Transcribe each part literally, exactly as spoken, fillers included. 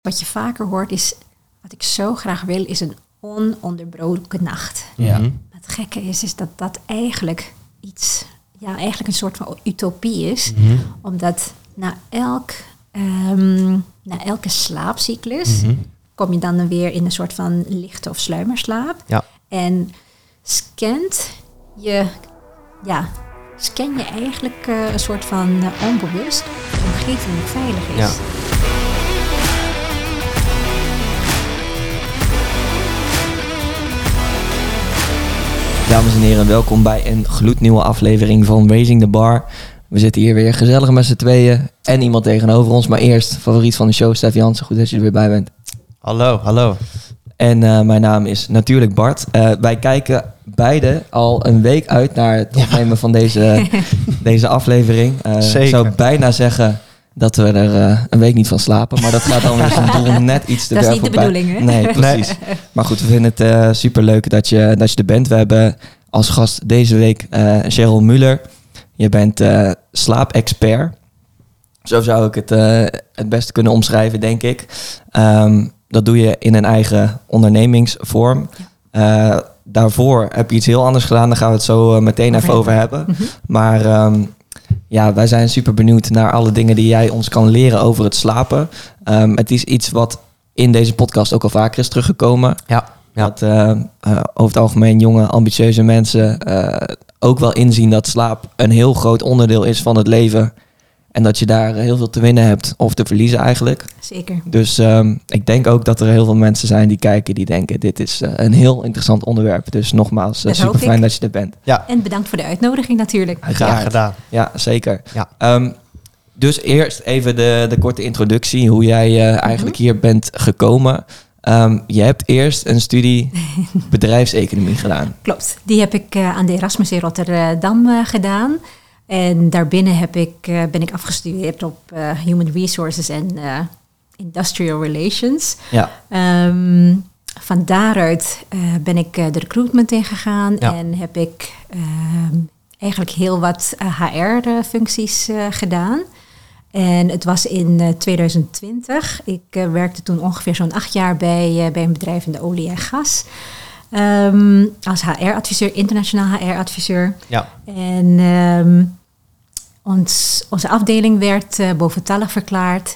wat je vaker hoort is, wat ik zo graag wil, is een ononderbroken nacht. Ja. Het gekke is, is dat dat eigenlijk iets, ja, eigenlijk een soort van utopie is. Mm-hmm. Omdat na, elk, um, na elke slaapcyclus Mm-hmm. kom je dan weer in een soort van lichte of sluimerslaap. Ja. En scant je, ja, scan je eigenlijk uh, een soort van uh, onbewust of de omgeving die veilig is. Ja. Dames en heren, welkom bij een gloednieuwe aflevering van Raising the Bar. We zitten hier weer gezellig met z'n tweeën en iemand tegenover ons. Maar eerst, favoriet van de show, Stef Jansen. Goed dat je er weer bij bent. Hallo, hallo. En uh, mijn naam is natuurlijk Bart. Uh, wij kijken beide al een week uit naar het opnemen ja. van deze, deze aflevering. Uh, Zeker. Ik zou bijna zeggen dat we er uh, een week niet van slapen. Maar dat gaat dan weer zijn doel net iets te ver voorbij. Dat is niet de bedoeling, hè? Nee, precies. Nee. Maar goed, we vinden het uh, superleuk dat je, dat je er bent. We hebben als gast deze week uh, Cheryl Muller. Je bent uh, slaapexpert. Zo zou ik het uh, het beste kunnen omschrijven, denk ik. Um, dat doe je in een eigen ondernemingsvorm. Uh, daarvoor heb je iets heel anders gedaan. Daar gaan we het zo uh, meteen even over hebben. Mm-hmm. Maar um, ja, wij zijn super benieuwd naar alle dingen die jij ons kan leren over het slapen. Um, het is iets wat in deze podcast ook al vaker is teruggekomen. Ja. Ja. Dat uh, uh, over het algemeen jonge, ambitieuze mensen uh, ook wel inzien dat slaap een heel groot onderdeel is van het leven. En dat je daar heel veel te winnen hebt of te verliezen eigenlijk. Zeker. Dus um, ik denk ook dat er heel veel mensen zijn die kijken die denken, dit is uh, een heel interessant onderwerp. Dus nogmaals, uh, super fijn dat je er bent. Ja. En bedankt voor de uitnodiging natuurlijk. Graag ja, gedaan. Ja, zeker. Ja. Um, dus eerst even de, de korte introductie, hoe jij uh, eigenlijk mm-hmm. hier bent gekomen. Um, je hebt eerst een studie bedrijfseconomie gedaan. Klopt, die heb ik uh, aan de Erasmus in Rotterdam uh, gedaan. En daarbinnen heb ik, uh, ben ik afgestudeerd op uh, Human Resources en uh, Industrial Relations. Ja. Um, van daaruit uh, ben ik uh, de recruitment ingegaan ja. en heb ik uh, eigenlijk heel wat uh, H R-functies uh, gedaan. En het was in uh, twintig twintig. Ik uh, werkte toen ongeveer zo'n acht jaar bij, uh, bij een bedrijf in de olie en gas. Um, als H R-adviseur, internationaal H R-adviseur. Ja. En um, ons, onze afdeling werd uh, boventallig verklaard.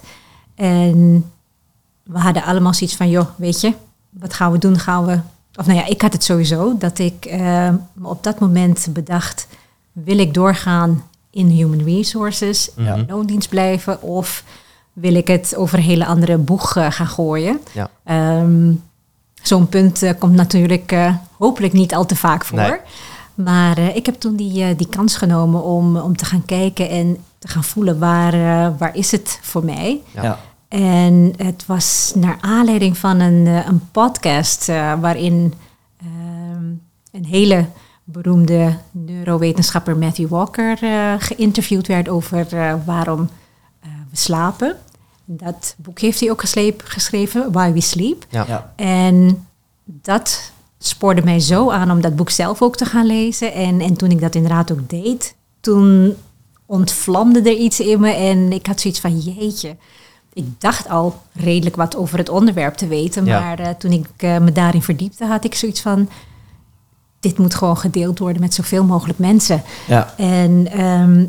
En we hadden allemaal zoiets van, joh, weet je, wat gaan we doen? Gaan we... Of nou ja, ik had het sowieso, dat ik uh, me op dat moment bedacht, wil ik doorgaan in Human Resources, ja. in loondienst blijven, of wil ik het over een hele andere boeg uh, gaan gooien? Ja. Um, zo'n punt uh, komt natuurlijk uh, hopelijk niet al te vaak voor. Nee. Maar uh, ik heb toen die, uh, die kans genomen om, om te gaan kijken en te gaan voelen waar, uh, waar is het voor mij. Ja. En het was naar aanleiding van een, uh, een podcast uh, waarin uh, een hele beroemde neurowetenschapper Matthew Walker uh, geïnterviewd werd over uh, waarom uh, we slapen. Dat boek heeft hij ook gesleep, geschreven, Why We Sleep. Ja. Ja. En dat spoorde mij zo aan om dat boek zelf ook te gaan lezen. En, en toen ik dat inderdaad ook deed, toen ontvlamde er iets in me. En ik had zoiets van, jeetje, ik dacht al redelijk wat over het onderwerp te weten. Ja. Maar uh, toen ik uh, me daarin verdiepte, had ik zoiets van, dit moet gewoon gedeeld worden met zoveel mogelijk mensen. Ja. En um,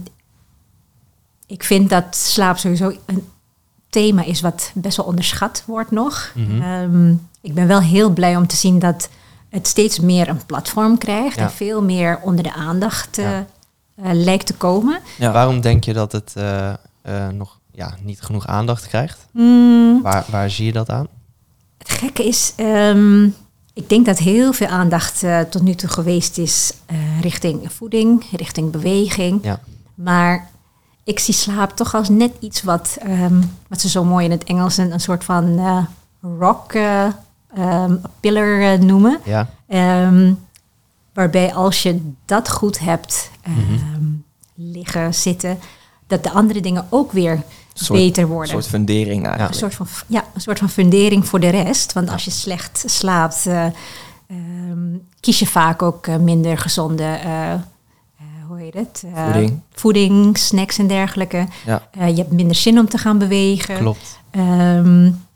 ik vind dat slaap sowieso een thema is wat best wel onderschat wordt nog. Mm-hmm. Um, ik ben wel heel blij om te zien dat het steeds meer een platform krijgt. Ja. En veel meer onder de aandacht uh, ja. uh, lijkt te komen. Ja. Waarom denk je dat het uh, uh, nog ja, niet genoeg aandacht krijgt? Mm. Waar, waar zie je dat aan? Het gekke is, um, ik denk dat heel veel aandacht uh, tot nu toe geweest is uh, richting voeding, richting beweging. Ja. Maar ik zie slaap toch als net iets wat, um, wat ze zo mooi in het Engels een, een soort van uh, rock uh, um, pillar uh, noemen. Ja. Um, waarbij als je dat goed hebt, um, mm-hmm. liggen, zitten, dat de andere dingen ook weer soort, beter worden. Een soort fundering eigenlijk. Een soort van, ja, een soort van fundering voor de rest. Want als je slecht slaapt, uh, um, kies je vaak ook uh, minder gezonde uh, hoe heet het? Uh, voeding. voeding, snacks en dergelijke. Ja. Uh, je hebt minder zin om te gaan bewegen. Klopt. Um,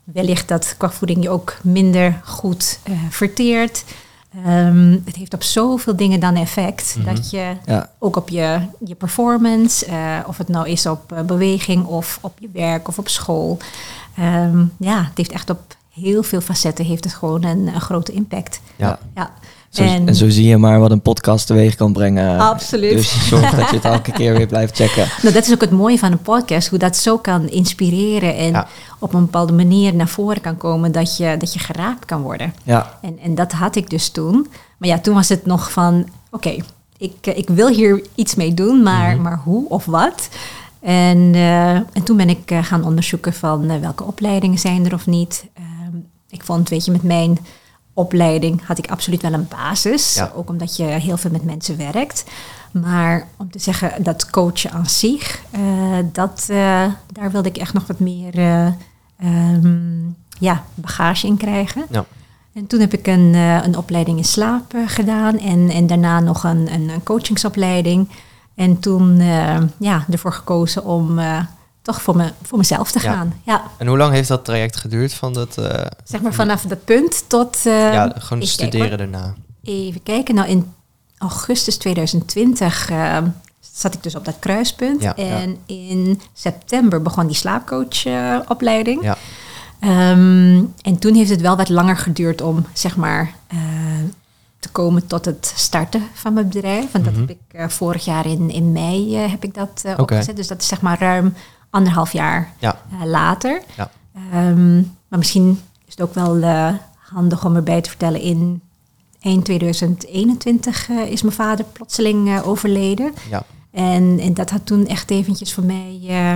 wellicht dat qua voeding je ook minder goed uh, verteert. Um, het heeft op zoveel dingen dan effect. Mm-hmm. Dat je ja. ook op je, je performance, uh, of het nou is op uh, beweging of op je werk of op school. Um, ja, het heeft echt op heel veel facetten heeft het gewoon een, een grote impact. Ja. ja. Zo, en, en zo zie je maar wat een podcast teweeg kan brengen. Absoluut. Dus zorg dat je het elke keer weer blijft checken. Nou, dat is ook het mooie van een podcast. Hoe dat zo kan inspireren. En ja. op een bepaalde manier naar voren kan komen. Dat je, dat je geraakt kan worden. Ja. En, en dat had ik dus toen. Maar ja, toen was het nog van... Oké, okay, ik, ik wil hier iets mee doen. Maar, mm-hmm. maar hoe of wat? En, uh, en toen ben ik uh, gaan onderzoeken van... Uh, welke opleidingen zijn er of niet. Uh, ik vond, weet je, met mijn... opleiding had ik absoluut wel een basis. Ja. Ook omdat je heel veel met mensen werkt. Maar om te zeggen dat coachen aan zich... Uh, dat, uh, daar wilde ik echt nog wat meer uh, um, ja, bagage in krijgen. Ja. En toen heb ik een, uh, een opleiding in slaap uh, gedaan. En, en daarna nog een, een, een coachingsopleiding. En toen uh, ja, ervoor gekozen om... Uh, toch voor, me, voor mezelf te gaan. Ja. Ja. En hoe lang heeft dat traject geduurd? Van dat, uh, zeg maar vanaf dat punt tot... Uh, ja, gewoon studeren daarna. Even kijken. Nou, in augustus tweeduizend twintig uh, zat ik dus op dat kruispunt. Ja, en ja. in september begon die slaapcoachopleiding. Uh, ja. um, en toen heeft het wel wat langer geduurd om, zeg maar... Uh, te komen tot het starten van mijn bedrijf. Want mm-hmm. dat heb ik uh, vorig jaar in, in mei uh, heb ik dat uh, okay. opgezet. Dus dat is zeg maar ruim anderhalf jaar ja. uh, later. Ja. Um, maar misschien is het ook wel uh, handig om erbij te vertellen... in eind tweeduizend eenentwintig uh, is mijn vader plotseling uh, overleden. Ja. En, en dat had toen echt eventjes voor mij... Uh,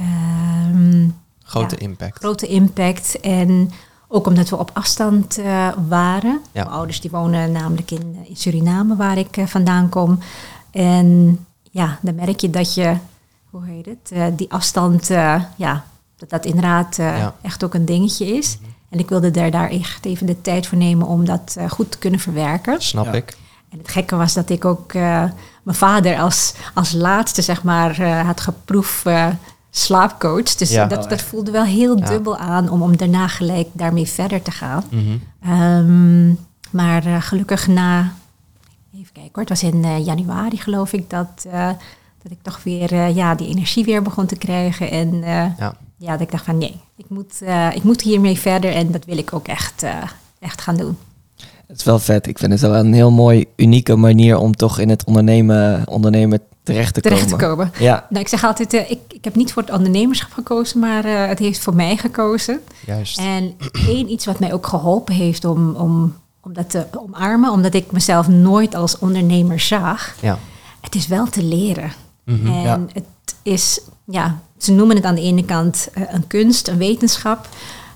um, grote ja, impact. Grote impact. En ook omdat we op afstand uh, waren. Ja. Mijn ouders die wonen namelijk in, in Suriname, waar ik uh, vandaan kom. En ja, dan merk je dat je... Hoe heet het? Uh, die afstand, uh, ja, dat dat inderdaad uh, ja. echt ook een dingetje is. Mm-hmm. En ik wilde daar, daar echt even de tijd voor nemen om dat uh, goed te kunnen verwerken. Snap ja. ik. En het gekke was dat ik ook uh, mijn vader als, als laatste, zeg maar, uh, had geproefd uh, slaapcoach. Dus ja. dat, dat voelde wel heel ja. dubbel aan om, om daarna gelijk daarmee verder te gaan. Mm-hmm. Um, maar uh, gelukkig na, even kijken hoor, het was in uh, januari geloof ik dat... Uh, Dat ik toch weer uh, ja, die energie weer begon te krijgen. En uh, ja. ja, dat ik dacht van nee, ik moet, uh, ik moet hiermee verder. En dat wil ik ook echt, uh, echt gaan doen. Het is wel vet. Ik vind het wel een heel mooi, unieke manier om toch in het ondernemen, ondernemen terecht te terecht komen. Terecht te komen. Ja. Nou, ik zeg altijd, uh, ik, ik heb niet voor het ondernemerschap gekozen, maar uh, het heeft voor mij gekozen. Juist. En één iets wat mij ook geholpen heeft om, om, om dat te omarmen, omdat ik mezelf nooit als ondernemer zag. Ja. Het is wel te leren. Mm-hmm, en ja. het is, ja, ze noemen het aan de ene kant uh, een kunst, een wetenschap.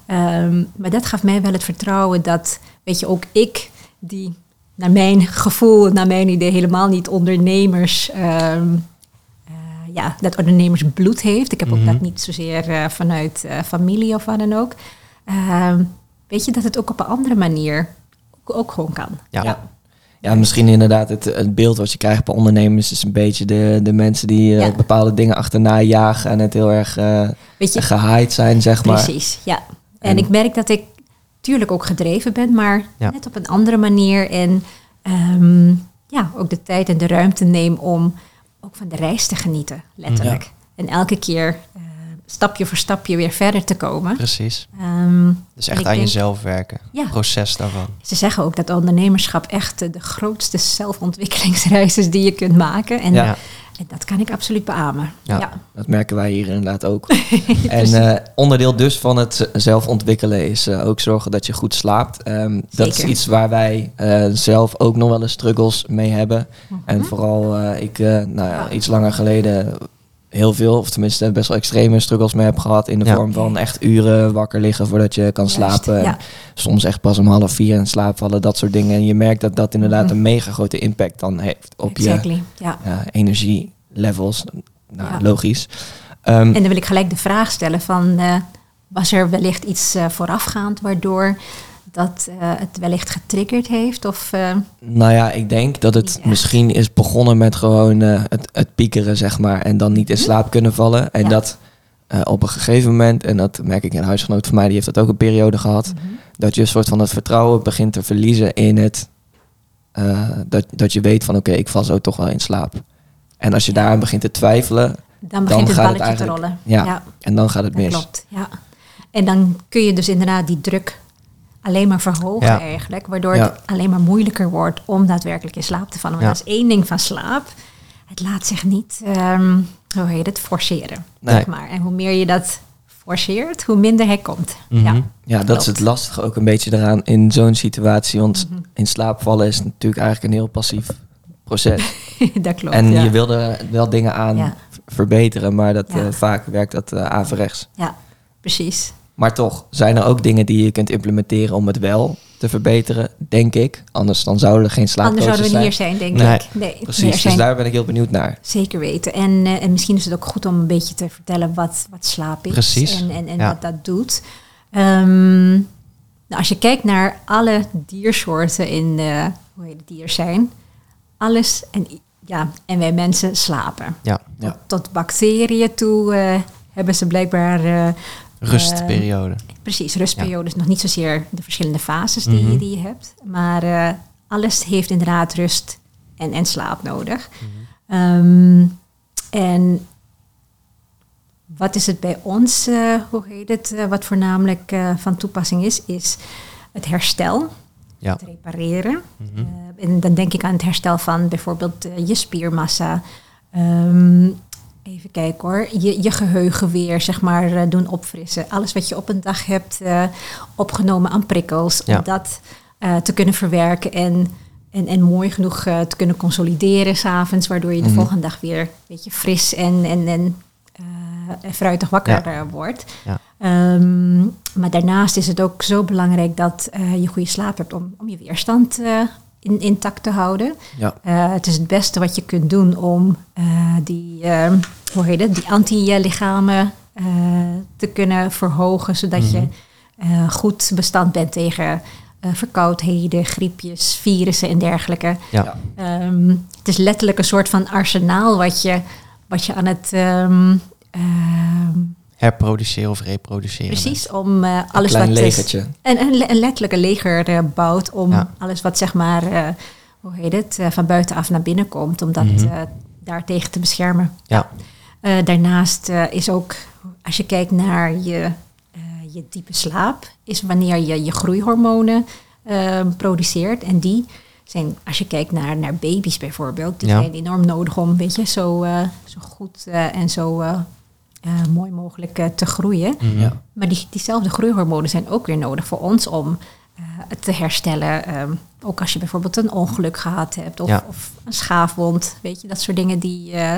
Um, maar dat gaf mij wel het vertrouwen dat, weet je, ook ik, die naar mijn gevoel, naar mijn idee helemaal niet ondernemers, um, uh, ja, dat ondernemersbloed heeft. Ik heb mm-hmm. ook dat niet zozeer uh, vanuit uh, familie of wat dan ook. Um, weet je, dat het ook op een andere manier ook, ook gewoon kan. Ja. ja. Ja, misschien inderdaad het, het beeld wat je krijgt bij ondernemers is een beetje de, de mensen die uh, ja. bepaalde dingen achterna jagen en het heel erg uh, gehyped zijn, zeg maar. Precies, ja. En, en ik merk dat ik tuurlijk ook gedreven ben, maar ja. net op een andere manier. En um, ja, ook de tijd en de ruimte neem om ook van de reis te genieten, letterlijk. Ja. En elke keer uh, stapje voor stapje weer verder te komen. Precies. Um, dus echt aan denk, jezelf werken. Ja. Proces daarvan. Ze zeggen ook dat ondernemerschap echt de grootste zelfontwikkelingsreis is die je kunt maken. En, ja. en dat kan ik absoluut beamen. Ja, ja. Dat merken wij hier inderdaad ook. En uh, onderdeel dus van het zelf ontwikkelen is uh, ook zorgen dat je goed slaapt. Um, dat is iets waar wij uh, zelf ook nog wel eens struggles mee hebben. Uh-huh. En vooral uh, ik, uh, nou ja, iets langer geleden... heel veel, of tenminste best wel extreme struggles mee heb gehad... in de ja. vorm van echt uren wakker liggen voordat je kan Juist, slapen. Ja. Soms echt pas om half vier in slaap vallen, dat soort dingen. En je merkt dat dat inderdaad mm. een mega grote impact dan heeft op exactly. je ja. Ja, energielevels. Nou, ja. logisch. Um, en dan wil ik gelijk de vraag stellen van... Uh, was er wellicht iets uh, voorafgaand waardoor... dat uh, het wellicht getriggerd heeft? Of, uh... Nou ja, ik denk dat het ja. misschien is begonnen met gewoon uh, het, het piekeren, zeg maar. En dan niet in slaap kunnen vallen. En ja. dat uh, op een gegeven moment, en dat merk ik in een huisgenoot van mij, die heeft dat ook een periode gehad, Mhm. dat je een soort van het vertrouwen begint te verliezen in het, uh, dat, dat je weet van oké, okay, ik val zo toch wel in slaap. En als je daaraan begint te twijfelen, Dan begint dan het gaat balletje het te rollen. Ja, ja, en dan gaat het dat mis. Klopt, ja. En dan kun je dus inderdaad die druk alleen maar verhogen Ja. eigenlijk. Waardoor Ja. het alleen maar moeilijker wordt om daadwerkelijk in slaap te vallen. Want Ja. dat is één ding van slaap. Het laat zich niet, um, hoe heet het, forceren. Nee. Zeg maar. En hoe meer je dat forceert, hoe minder hij komt. Mhm. Ja. Ja, dat Klopt. is het lastige ook een beetje eraan in zo'n situatie. Want Mhm. in slaap vallen is natuurlijk eigenlijk een heel passief proces. Dat klopt, en ja. je wil er wel dingen aan Ja. v- verbeteren, maar dat, Ja. uh, vaak werkt dat uh, averechts. Ja, precies. Maar toch, zijn er ook dingen die je kunt implementeren om het wel te verbeteren, denk ik. Anders dan zouden er geen Anders slaapcoaches zouden we niet zijn. hier zijn, denk Nee, ik. Nee, Precies, er dus zijn- daar ben ik heel benieuwd naar. Zeker weten. En, uh, en misschien is het ook goed om een beetje te vertellen wat, wat slaap is. Precies. En, en, en Ja. wat dat doet. Um, nou, als je kijkt naar alle diersoorten in uh, hoe heet het, die er zijn. Alles en, ja, en wij mensen slapen. Ja. Ja. Tot, tot bacteriën toe uh, hebben ze blijkbaar... Uh, Rustperiode. Uh, precies, rustperiodes. Nog niet zozeer de verschillende fases die, Mm-hmm. die je hebt. Maar uh, alles heeft inderdaad rust en, en slaap nodig. Mm-hmm. Um, en wat is het bij ons, uh, hoe heet het, uh, wat voornamelijk uh, van toepassing is, is het herstel, Ja. het repareren. Mhm. Uh, en dan denk ik aan het herstel van bijvoorbeeld uh, je spiermassa. Um, even kijken hoor, je, je geheugen weer, zeg maar, uh, doen opfrissen. Alles wat je op een dag hebt uh, opgenomen aan prikkels, Ja. om dat uh, te kunnen verwerken en... En, en mooi genoeg uh, te kunnen consolideren 's avonds, waardoor je de Mm-hmm. volgende dag weer een beetje fris en, en, en, uh, en fruitig wakker Ja. uh, wordt. Ja. Um, maar daarnaast is het ook zo belangrijk dat uh, je goede slaap hebt om, om je weerstand uh, in, intact te houden. Ja. Uh, het is het beste wat je kunt doen om uh, die, uh, hoe heet het, die anti-lichamen uh, te kunnen verhogen, zodat Mm-hmm. je uh, goed bestand bent tegen uh, verkoudheden, griepjes, virussen en dergelijke. Ja. Um, het is letterlijk een soort van arsenaal wat je, wat je aan het... Um, um, Herproduceren of reproduceren. precies, om uh, alles klein wat... legertje. Is, een, een, een letterlijke leger uh, bouwt om Ja. alles wat zeg maar... Uh, hoe heet het, uh, van buitenaf naar binnen komt, om dat Mhm. uh, daartegen te beschermen. Ja. Uh, daarnaast uh, is ook, als je kijkt naar je, uh, je diepe slaap, is wanneer je je groeihormonen uh, produceert. En die zijn, als je kijkt naar, naar baby's bijvoorbeeld, die Ja. zijn enorm nodig om, weet je, zo, uh, zo goed uh, en zo uh, uh, mooi mogelijk uh, te groeien. Mhm. Ja. Maar die, diezelfde groeihormonen zijn ook weer nodig voor ons om uh, te herstellen. Um, ook als je bijvoorbeeld een ongeluk gehad hebt of, Ja. of een schaafwond. Weet je, dat soort dingen die, uh,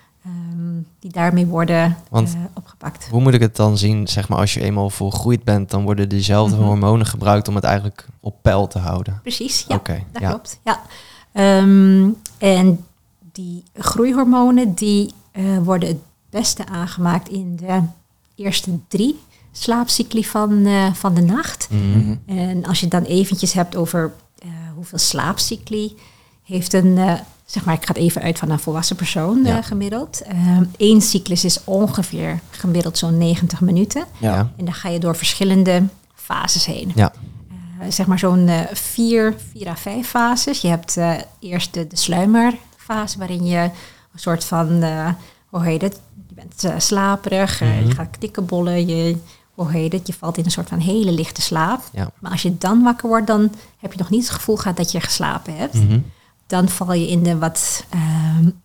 um, die daarmee worden Want uh, opgepakt. Hoe moet ik het dan zien, zeg maar, als je eenmaal volgroeid bent, dan worden diezelfde Mhm. hormonen gebruikt om het eigenlijk op peil te houden. Precies, ja, Oké, dat ja. klopt. Ja. Um, en die groeihormonen die uh, worden het beste aangemaakt in de eerste drie slaapcycli van, uh, van de nacht. Mhm. Mhm. En als je het dan eventjes hebt over uh, hoeveel slaapcycli heeft een, uh, zeg maar, ik ga het even uit van een volwassen persoon uh, Ja. gemiddeld. Eén uh, cyclus is ongeveer gemiddeld zo'n negentig minuten. Ja. Ja. En dan ga je door verschillende fases heen. Ja. Uh, zeg maar zo'n uh, vier, vier à vijf fases. Je hebt uh, eerst de, de sluimerfase, waarin je een soort van, uh, hoe heet het? Je bent uh, slaperig, uh, Mhm. je gaat knikkenbollen, je, hoe heet het? Je valt in een soort van hele lichte slaap. Ja. Maar als je dan wakker wordt, dan heb je nog niet het gevoel gehad dat je geslapen hebt. Mhm. Dan val je in de wat, um,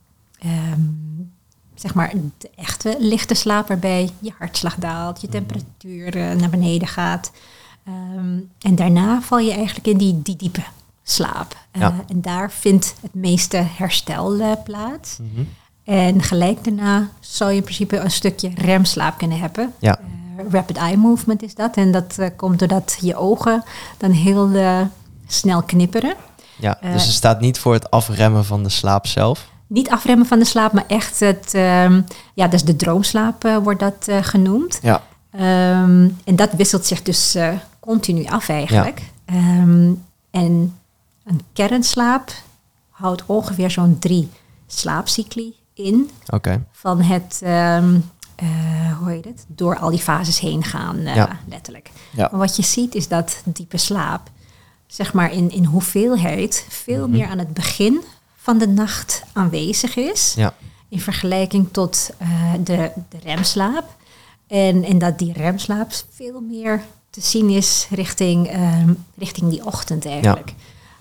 um, zeg maar, de echte lichte slaap, waarbij je hartslag daalt, je temperatuur uh, naar beneden gaat. Um, en daarna val je eigenlijk in die, die diepe slaap. Uh, Ja. En daar vindt het meeste herstel uh, plaats. Mhm. En gelijk daarna zou je in principe een stukje remslaap kunnen hebben. Ja. Uh, rapid eye movement is dat. En dat uh, komt doordat je ogen dan heel uh, snel knipperen. Ja, Uh, dus het staat niet voor het afremmen van de slaap zelf. Niet afremmen van de slaap, maar echt het... Um, ja, dus de droomslaap uh, wordt dat uh, genoemd. Ja. Um, en dat wisselt zich dus uh, continu af eigenlijk. Um, en een kernslaap houdt ongeveer zo'n drie slaapcycli in. Oké. Van het um, uh, hoe heet het, door al die fases heen gaan, uh, Ja. letterlijk. Ja. Maar wat je ziet is dat diepe slaap, zeg maar in, in hoeveelheid, veel Mhm. meer aan het begin van de nacht aanwezig is. Ja. In vergelijking tot uh, de, de remslaap. En, en dat die remslaap veel meer te zien is richting, um, richting die ochtend eigenlijk.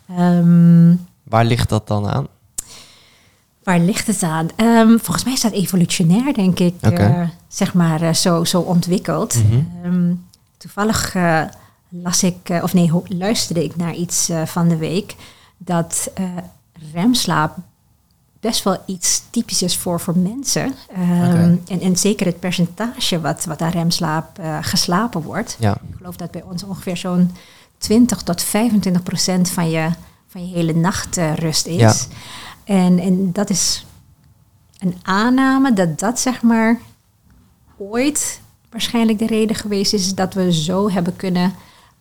Um, Waar ligt dat dan aan? Waar ligt het aan? Um, volgens mij is dat evolutionair, denk ik, Okay. uh, zeg maar uh, zo, zo ontwikkeld. Mm-hmm. Um, toevallig uh, las ik, uh, of nee, ho- luisterde ik naar iets uh, van de week, dat uh, remslaap best wel iets typisch is voor, voor mensen. Um, Okay. en, en zeker het percentage wat, wat aan remslaap uh, geslapen wordt. Ja. Ik geloof dat bij ons ongeveer zo'n twintig tot vijfentwintig procent van je, van je hele nachtrust uh, is. Ja. En, en dat is een aanname dat dat zeg maar ooit waarschijnlijk de reden geweest is dat we zo hebben kunnen,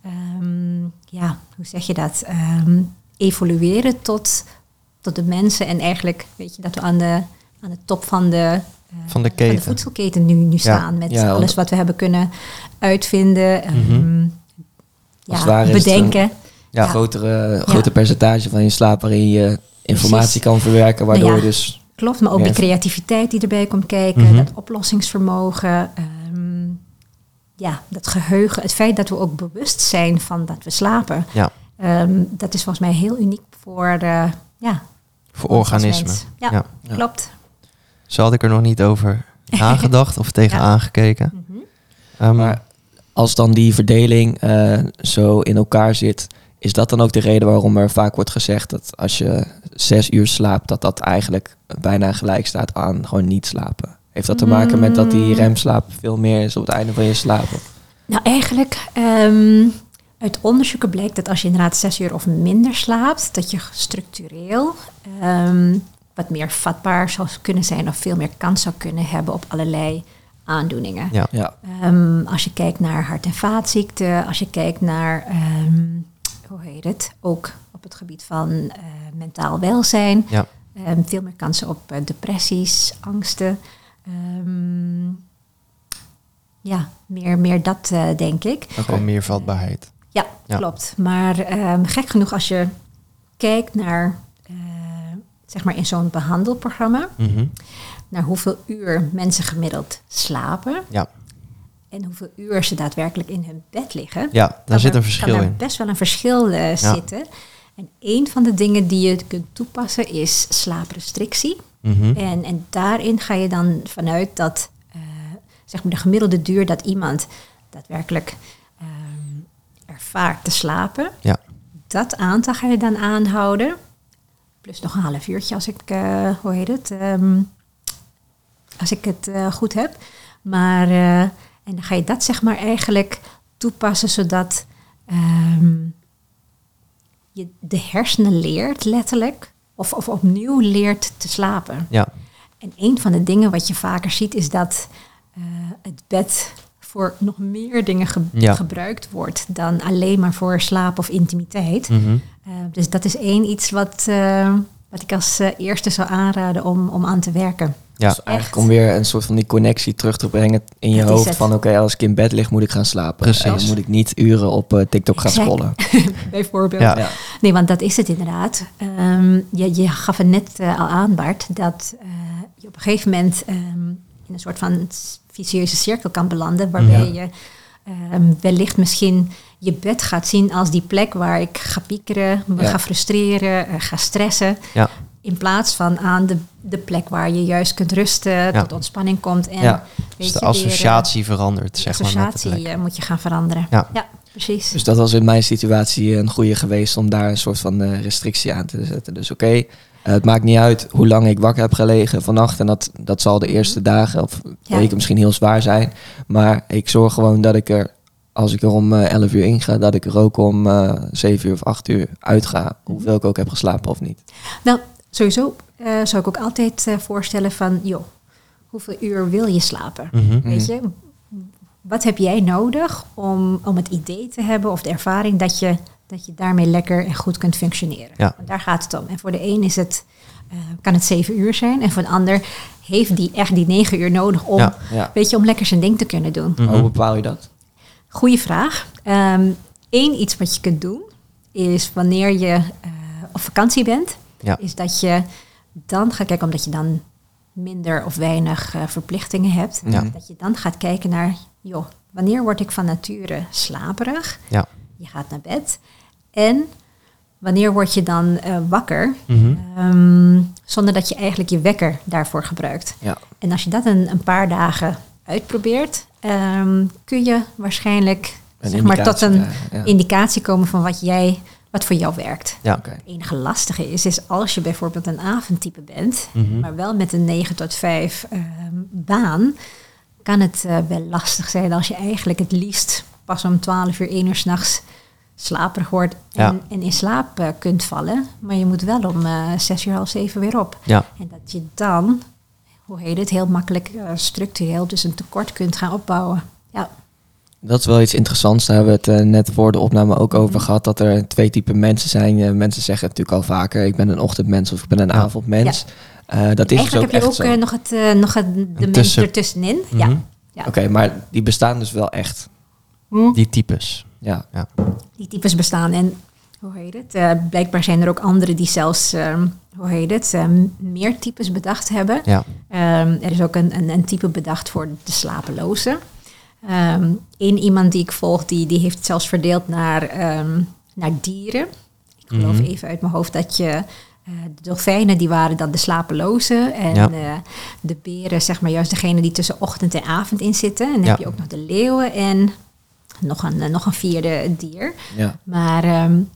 um, ja, hoe zeg je dat, um, evolueren tot, tot de mensen en eigenlijk, weet je, dat we aan de, aan de top van de, uh, Van de keten. van de voedselketen nu, nu staan met Ja, alles wat we hebben kunnen uitvinden, um, Mhm. Als het ja, ware is het bedenken. een Ja. Ja. grotere, groter percentage van je slaap waarin je informatie Precies. kan verwerken, waardoor Nou ja. je dus... Klopt, maar ook Ja. de creativiteit die erbij komt kijken, Mhm. dat oplossingsvermogen, um, ja, dat geheugen, het feit dat we ook bewust zijn van dat we slapen, Ja. um, dat is volgens mij heel uniek voor, uh, ja, Voor ons als organismen. mens. Ja, Ja. Ja. klopt. Zo had ik er nog niet over nagedacht of tegenaan Ja. gekeken. Mhm. Um, Maar als dan die verdeling uh, zo in elkaar zit, is dat dan ook de reden waarom er vaak wordt gezegd dat als je zes uur slaapt, dat dat eigenlijk bijna gelijk staat aan gewoon niet slapen? Heeft dat te maken met dat die remslaap veel meer is op het einde van je slaap? Nou, eigenlijk, um, uit onderzoeken blijkt dat als je inderdaad zes uur of minder slaapt, dat je structureel um, wat meer vatbaar zou kunnen zijn of veel meer kans zou kunnen hebben op allerlei aandoeningen. ja. Ja, Um, als je kijkt naar hart- en vaatziekten, als je kijkt naar, um, hoe heet het, ook op het gebied van uh, mentaal welzijn, Ja. um, veel meer kansen op uh, depressies, angsten. Um, ja, meer, meer dat uh, denk ik. Gewoon meer vatbaarheid. Ja, Ja. klopt. Maar um, gek genoeg als je kijkt naar, uh, zeg maar in zo'n behandelprogramma, Mhm. naar hoeveel uur mensen gemiddeld slapen Ja. en hoeveel uur ze daadwerkelijk in hun bed liggen. Ja, daar kan zit er- een verschil kan er in. best wel een verschil uh, zitten. En een van de dingen die je kunt toepassen is slaaprestrictie. Mhm. En, en daarin ga je dan vanuit dat, uh, zeg maar de gemiddelde duur dat iemand daadwerkelijk um, ervaart te slapen. Ja. Dat aantal ga je dan aanhouden. Plus nog een half uurtje als ik, uh, hoe heet het, um, als ik het uh, goed heb. Maar, uh, en dan ga je dat zeg maar eigenlijk toepassen zodat um, je de hersenen leert letterlijk, of, of opnieuw leert te slapen. Ja. En een van de dingen wat je vaker ziet is dat uh, het bed voor nog meer dingen ge- Ja. gebruikt wordt dan alleen maar voor slaap of intimiteit. Mhm. Uh, dus dat is één iets wat, uh, wat ik als uh, eerste zou aanraden om, om aan te werken. Ja. dus eigenlijk om weer een soort van die connectie terug te brengen in je Dat is hoofd het. van oké, als ik in bed lig moet ik gaan slapen. Precies. En dan moet ik niet uren op uh, TikTok gaan Exact. scrollen. Bijvoorbeeld. Ja. Ja. Nee, want dat is het inderdaad. Um, je, je gaf het net uh, al aan, Bart, dat uh, je op een gegeven moment um, in een soort van vicieuze cirkel kan belanden, waarbij Ja. je um, wellicht misschien je bed gaat zien als die plek waar ik ga piekeren, me Ja. ga frustreren, uh, ga stressen. Ja. In plaats van aan de, de plek waar je juist kunt rusten, Ja. tot ontspanning komt. En Ja. weet Dus de je, weer, uh, associatie verandert, de zeg maar. Met de associatie plek. uh, moet je gaan veranderen. Ja. ja precies. Dus dat was in mijn situatie een goede geweest om daar een soort van uh, restrictie aan te zetten. Dus oké, okay, uh, het maakt niet uit hoe lang ik wakker heb gelegen vannacht. En dat, dat zal de eerste dagen of Ja. weken misschien heel zwaar zijn. Maar ik zorg gewoon dat ik er, als ik er om uh, elf uur in ga, dat ik er ook om uh, zeven uur of acht uur uitga. Hoeveel ik ook heb geslapen of niet. Nou, sowieso uh, zou ik ook altijd uh, voorstellen van, joh, hoeveel uur wil je slapen? Mhm. Weet je, wat heb jij nodig om, om het idee te hebben of de ervaring dat je, dat je daarmee lekker en goed kunt functioneren? Ja. Want daar gaat het om. En voor de een is het uh, kan het zeven uur zijn. En voor een ander heeft die echt die negen uur nodig om, Ja. Ja. weet je, om lekker zijn ding te kunnen doen. Mhm. Hoe bepaal je dat? Goeie vraag. Eén um, iets wat je kunt doen is wanneer je uh, op vakantie bent, Ja. is dat je dan gaat kijken, omdat je dan minder of weinig uh, verplichtingen hebt, Ja. dat je dan gaat kijken naar, joh, wanneer word ik van nature slaperig? Ja. Je gaat naar bed. En wanneer word je dan uh, wakker, Mhm. um, zonder dat je eigenlijk je wekker daarvoor gebruikt? Ja. En als je dat een, een paar dagen uitprobeert, um, kun je waarschijnlijk Een zeg maar, tot een indicatie krijgen, ja. indicatie komen van wat jij, wat voor jou werkt. Ja. Oké. Het enige lastige is, is als je bijvoorbeeld een avondtype bent, Mhm. maar wel met een negen tot vijf um, baan, kan het uh, wel lastig zijn als je eigenlijk het liefst pas om twaalf uur, één uur 's nachts slaperig wordt en, Ja. en in slaap uh, kunt vallen. Maar je moet wel om uh, zes uur, half zeven weer op. Ja. En dat je dan, hoe heet het, heel makkelijk uh, structureel dus een tekort kunt gaan opbouwen. Ja, Dat is wel iets interessants. Daar hebben we het uh, net voor de opname ook over Mhm. gehad. Dat er twee typen mensen zijn. Uh, mensen zeggen natuurlijk al vaker, ik ben een ochtendmens of ik ben een Ja. avondmens. Uh, dat is eigenlijk dus ook heb je echt ook zo. uh, nog, het, uh, nog het, de mensen tussen- ertussenin. Mhm. Ja. Ja. Oké, maar die bestaan dus wel echt. Die types. Ja. Die types bestaan. En hoe heet het? Uh, blijkbaar zijn er ook anderen die zelfs, um, hoe heet het, um, meer types bedacht hebben. Ja. Um, er is ook een, een, een type bedacht voor de slapelozen. Um, Eén iemand die ik volg, die, die heeft het zelfs verdeeld naar, um, naar dieren. Ik geloof Mhm. even uit mijn hoofd dat je... Uh, de dolfijnen die waren dan de slapelozen. En Ja. uh, de beren, zeg maar juist degene die tussen ochtend en avond in zitten. En dan Ja. heb je ook nog de leeuwen en nog een, uh, nog een vierde dier. Ja. Maar um,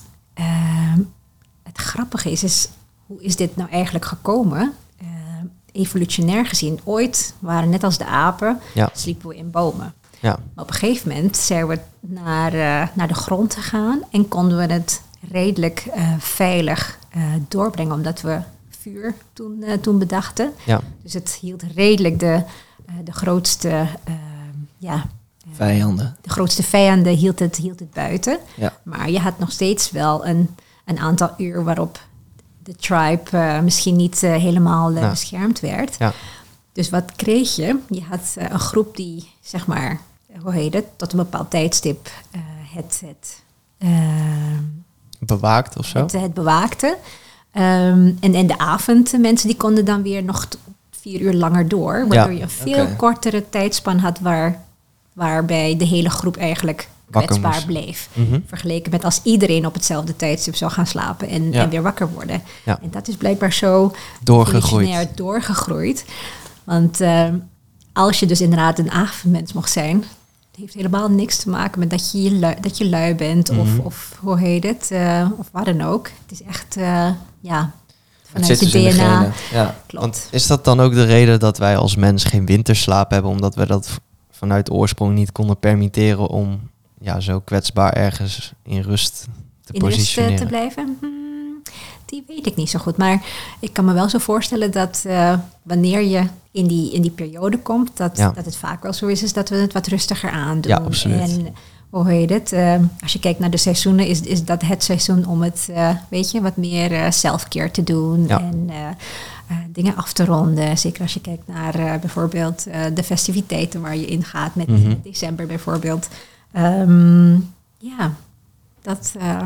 um, het grappige is, is, hoe is dit nou eigenlijk gekomen? Uh, evolutionair gezien, ooit waren net als de apen, Ja. sliepen we in bomen. Ja. Maar op een gegeven moment zijn we naar, uh, naar de grond gegaan en konden we het redelijk uh, veilig uh, doorbrengen, omdat we vuur toen, uh, toen bedachten. Ja. Dus het hield redelijk de, uh, de grootste, uh, ja, Vijanden. de grootste vijanden hield het, hield het buiten. Ja. Maar je had nog steeds wel een, een aantal uur waarop de tribe uh, misschien niet uh, helemaal uh, Ja. beschermd werd. Ja. Dus wat kreeg je? Je had uh, een groep die, zeg maar, hoe heet het, tot een bepaald tijdstip uh, het, het, uh, Bewaakt of zo? het, het bewaakte. Um, en in de avond, de mensen die konden dan weer nog t- vier uur langer door. Waardoor Ja. je een veel Oké. kortere tijdspan had waar, waarbij de hele groep eigenlijk Wakker kwetsbaar moest. bleef. Mhm. Vergeleken met als iedereen op hetzelfde tijdstip zou gaan slapen en, Ja. en weer wakker worden. Ja. En dat is blijkbaar zo Doorgegroeid. evolutionair doorgegroeid. Want uh, als je dus inderdaad een avondmens mocht zijn, het heeft helemaal niks te maken met dat je, je lui, dat je lui bent of, Mhm. of hoe heet het, uh, of wat dan ook. Het is echt, uh, ja, Het vanuit zit je dus in D de N A. genen. Ja. Klopt. Want is dat dan ook de reden dat wij als mens geen winterslaap hebben, omdat we dat v- vanuit oorsprong niet konden permitteren om ja, zo kwetsbaar ergens in rust te in rust uh, positioneren? te blijven? Hmm, die weet ik niet zo goed. Maar ik kan me wel zo voorstellen dat uh, wanneer je in die, in die periode komt, dat, Ja. dat het vaak wel zo is, is dat we het wat rustiger aandoen. Ja, absoluut. En hoe heet het? Uh, als je kijkt naar de seizoenen, is, is dat het seizoen om het, uh, weet je, wat meer uh, self-care te doen. Ja. En uh, uh, dingen af te ronden. Zeker als je kijkt naar uh, bijvoorbeeld uh, de festiviteiten waar je ingaat met, Mhm. met december bijvoorbeeld. Um, ja, dat... Uh,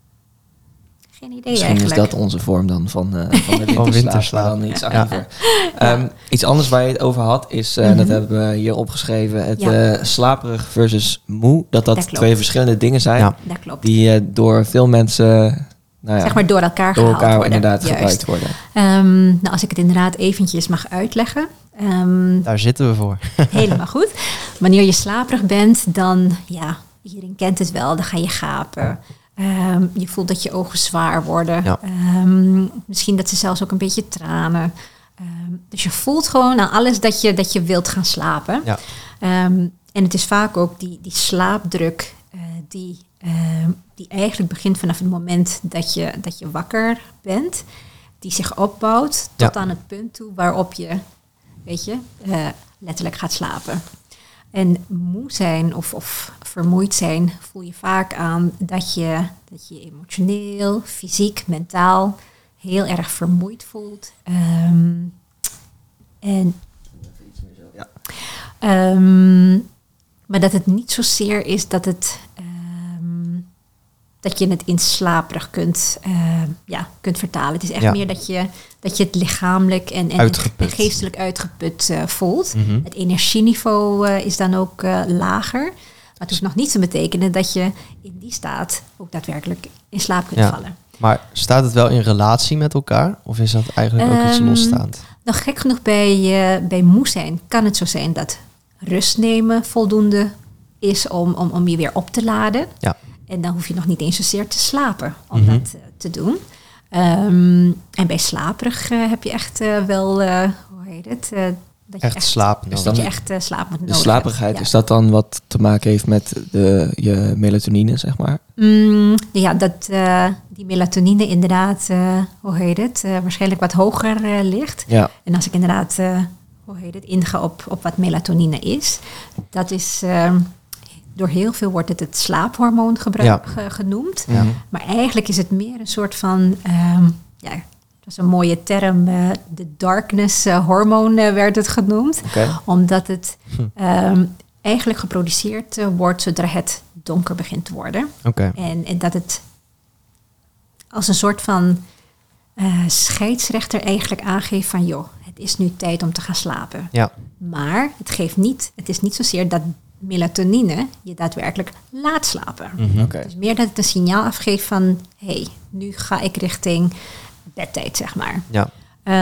geen idee Misschien eigenlijk. is dat onze vorm dan van, uh, van de winterslaap. winterslaap. Maar dan iets Ja. actiever. Um, iets anders waar je het over had, is, uh, Mhm. dat hebben we hier opgeschreven, het Ja. uh, slaperig versus moe. Dat dat, Dat klopt. twee verschillende dingen zijn. Ja. Dat klopt. Die uh, door veel mensen nou ja, zeg maar door elkaar door gehaald elkaar worden. inderdaad Juist. gebruikt worden. Um, nou, als ik het inderdaad eventjes mag uitleggen. Um, Daar zitten we voor. helemaal goed. Wanneer je slaperig bent, dan, ja, iedereen kent het wel, dan ga je gapen. Um, je voelt dat je ogen zwaar worden. Ja. Um, misschien dat ze zelfs ook een beetje tranen. Um, dus je voelt gewoon aan alles dat je, dat je wilt gaan slapen. Ja. Um, en het is vaak ook die, die slaapdruk uh, die, uh, die eigenlijk begint vanaf het moment dat je, dat je wakker bent. Die zich opbouwt tot Ja. aan het punt toe waarop je, weet je, uh, letterlijk gaat slapen. En moe zijn of, of vermoeid zijn voel je vaak aan dat je, dat je emotioneel, fysiek, mentaal heel erg vermoeid voelt. Um, en, Ja. um, maar dat het niet zozeer is dat het... Um, dat je het in slaperig kunt, uh, ja, kunt vertalen. Het is echt Ja. meer dat je, dat je het lichamelijk en, en, Uitgeput. en geestelijk uitgeput uh, voelt. Mhm. Het energieniveau uh, is dan ook uh, lager. Maar het hoeft nog niet te betekenen dat je in die staat ook daadwerkelijk in slaap kunt Ja. vallen. Maar staat het wel in relatie met elkaar? Of is dat eigenlijk ook iets Um, losstaand? Nou, gek genoeg bij, uh, bij moe zijn kan het zo zijn dat rust nemen voldoende is om, om, om je weer op te laden. Ja. En dan hoef je nog niet eens zozeer te slapen om Mhm. dat uh, te doen. Um, en bij slaperig uh, heb je echt uh, wel, uh, hoe heet het? Uh, dat je Echt slaap nodig. Is Dat dan- je echt uh, slaap moet De nodig slaperigheid, hebt. Ja. is dat dan wat te maken heeft met de, je melatonine, zeg maar? Mm, ja, dat uh, die melatonine inderdaad, uh, hoe heet het? Uh, waarschijnlijk wat hoger uh, ligt. Ja, En als ik inderdaad, uh, hoe heet het, inga op, op wat melatonine is, dat is, uh, door heel veel wordt het het slaaphormoon gebruik, Ja. ge- genoemd. Ja. Maar eigenlijk is het meer een soort van, um, ja, dat is een mooie term, uh, de darkness uh, hormoon uh, werd het genoemd. oké. Omdat het Hm. um, eigenlijk geproduceerd uh, wordt zodra het donker begint te worden. Oké. En, en dat het als een soort van uh, scheidsrechter eigenlijk aangeeft van... joh, het is nu tijd om te gaan slapen. Ja. Maar het geeft niet, het is niet zozeer dat melatonine je daadwerkelijk laat slapen. Mhm. Oké. Het is meer dat het een signaal afgeeft van... hé, hey, nu ga ik richting bedtijd, zeg maar. Ja.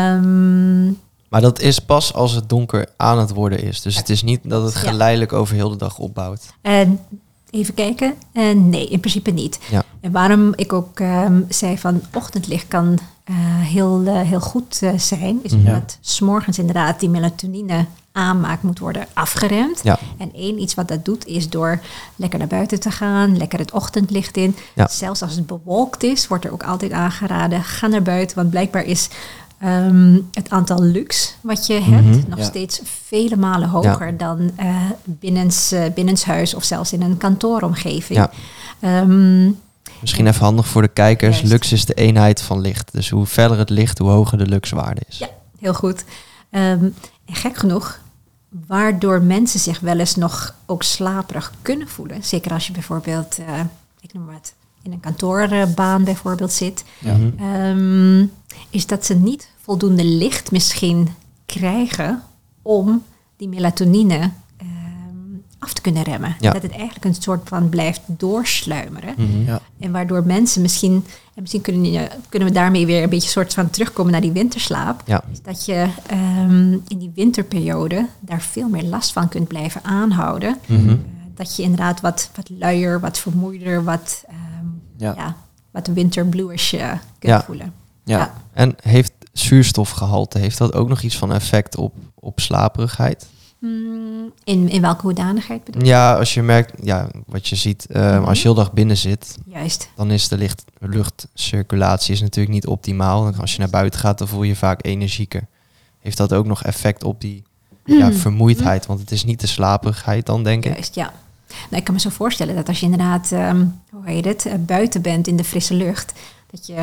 Um, Maar dat is pas als het donker aan het worden is. Dus het is niet dat het Ja. geleidelijk over heel de dag opbouwt. En even kijken. En nee, in principe niet. Ja. En waarom ik ook um, zei van ochtendlicht kan uh, heel, uh, heel goed uh, zijn, is Mhm. omdat 's morgens inderdaad die melatonine aanmaak moet worden afgeremd. Ja. En één iets wat dat doet is door lekker naar buiten te gaan, lekker het ochtendlicht in. Ja. Zelfs als het bewolkt is, wordt er ook altijd aangeraden, ga naar buiten, want blijkbaar is Um, het aantal lux wat je hebt Mhm. nog Ja. steeds vele malen hoger dan uh, binnens, uh, binnenshuis of zelfs in een kantooromgeving. Ja. Um, Misschien even handig voor de kijkers. Juist. Lux is de eenheid van licht. Dus hoe verder het licht, hoe hoger de luxwaarde is. ja, heel goed. Um, en gek genoeg, waardoor mensen zich wel eens nog ook slaperig kunnen voelen. Zeker als je bijvoorbeeld, uh, ik noem maar wat, in een kantoorbaan bijvoorbeeld zit. Ja. Mhm. Um, is dat ze niet voldoende licht misschien krijgen om die melatonine um, af te kunnen remmen. Ja. Dat het eigenlijk een soort van blijft doorsluimeren. Mhm. Ja. En waardoor mensen misschien, en misschien kunnen, je- kunnen we daarmee weer een beetje soort van terugkomen naar die winterslaap. Ja. Is dat je um, in die winterperiode daar veel meer last van kunt blijven aanhouden. Mhm. Uh, dat je inderdaad wat, wat luier, wat vermoeider, wat, um, Ja. ja, wat winterbluish uh, kunt Ja. voelen. Ja. Ja. En heeft zuurstofgehalte, heeft dat ook nog iets van effect op, op slaperigheid? Mm, in, in welke hoedanigheid bedoel je? Ja, als je merkt, ja, wat je ziet, eh, als je heel dag binnen zit, Juist. dan is de licht, luchtcirculatie is natuurlijk niet optimaal. En als je naar buiten gaat, dan voel je je vaak energieker. Heeft dat ook nog effect op die ja, vermoeidheid? Want het is niet de slaperigheid dan, denk ik. Juist, ja. Nou, ik kan me zo voorstellen dat als je inderdaad, um, hoe heet het, uh, buiten bent in de frisse lucht, dat, je,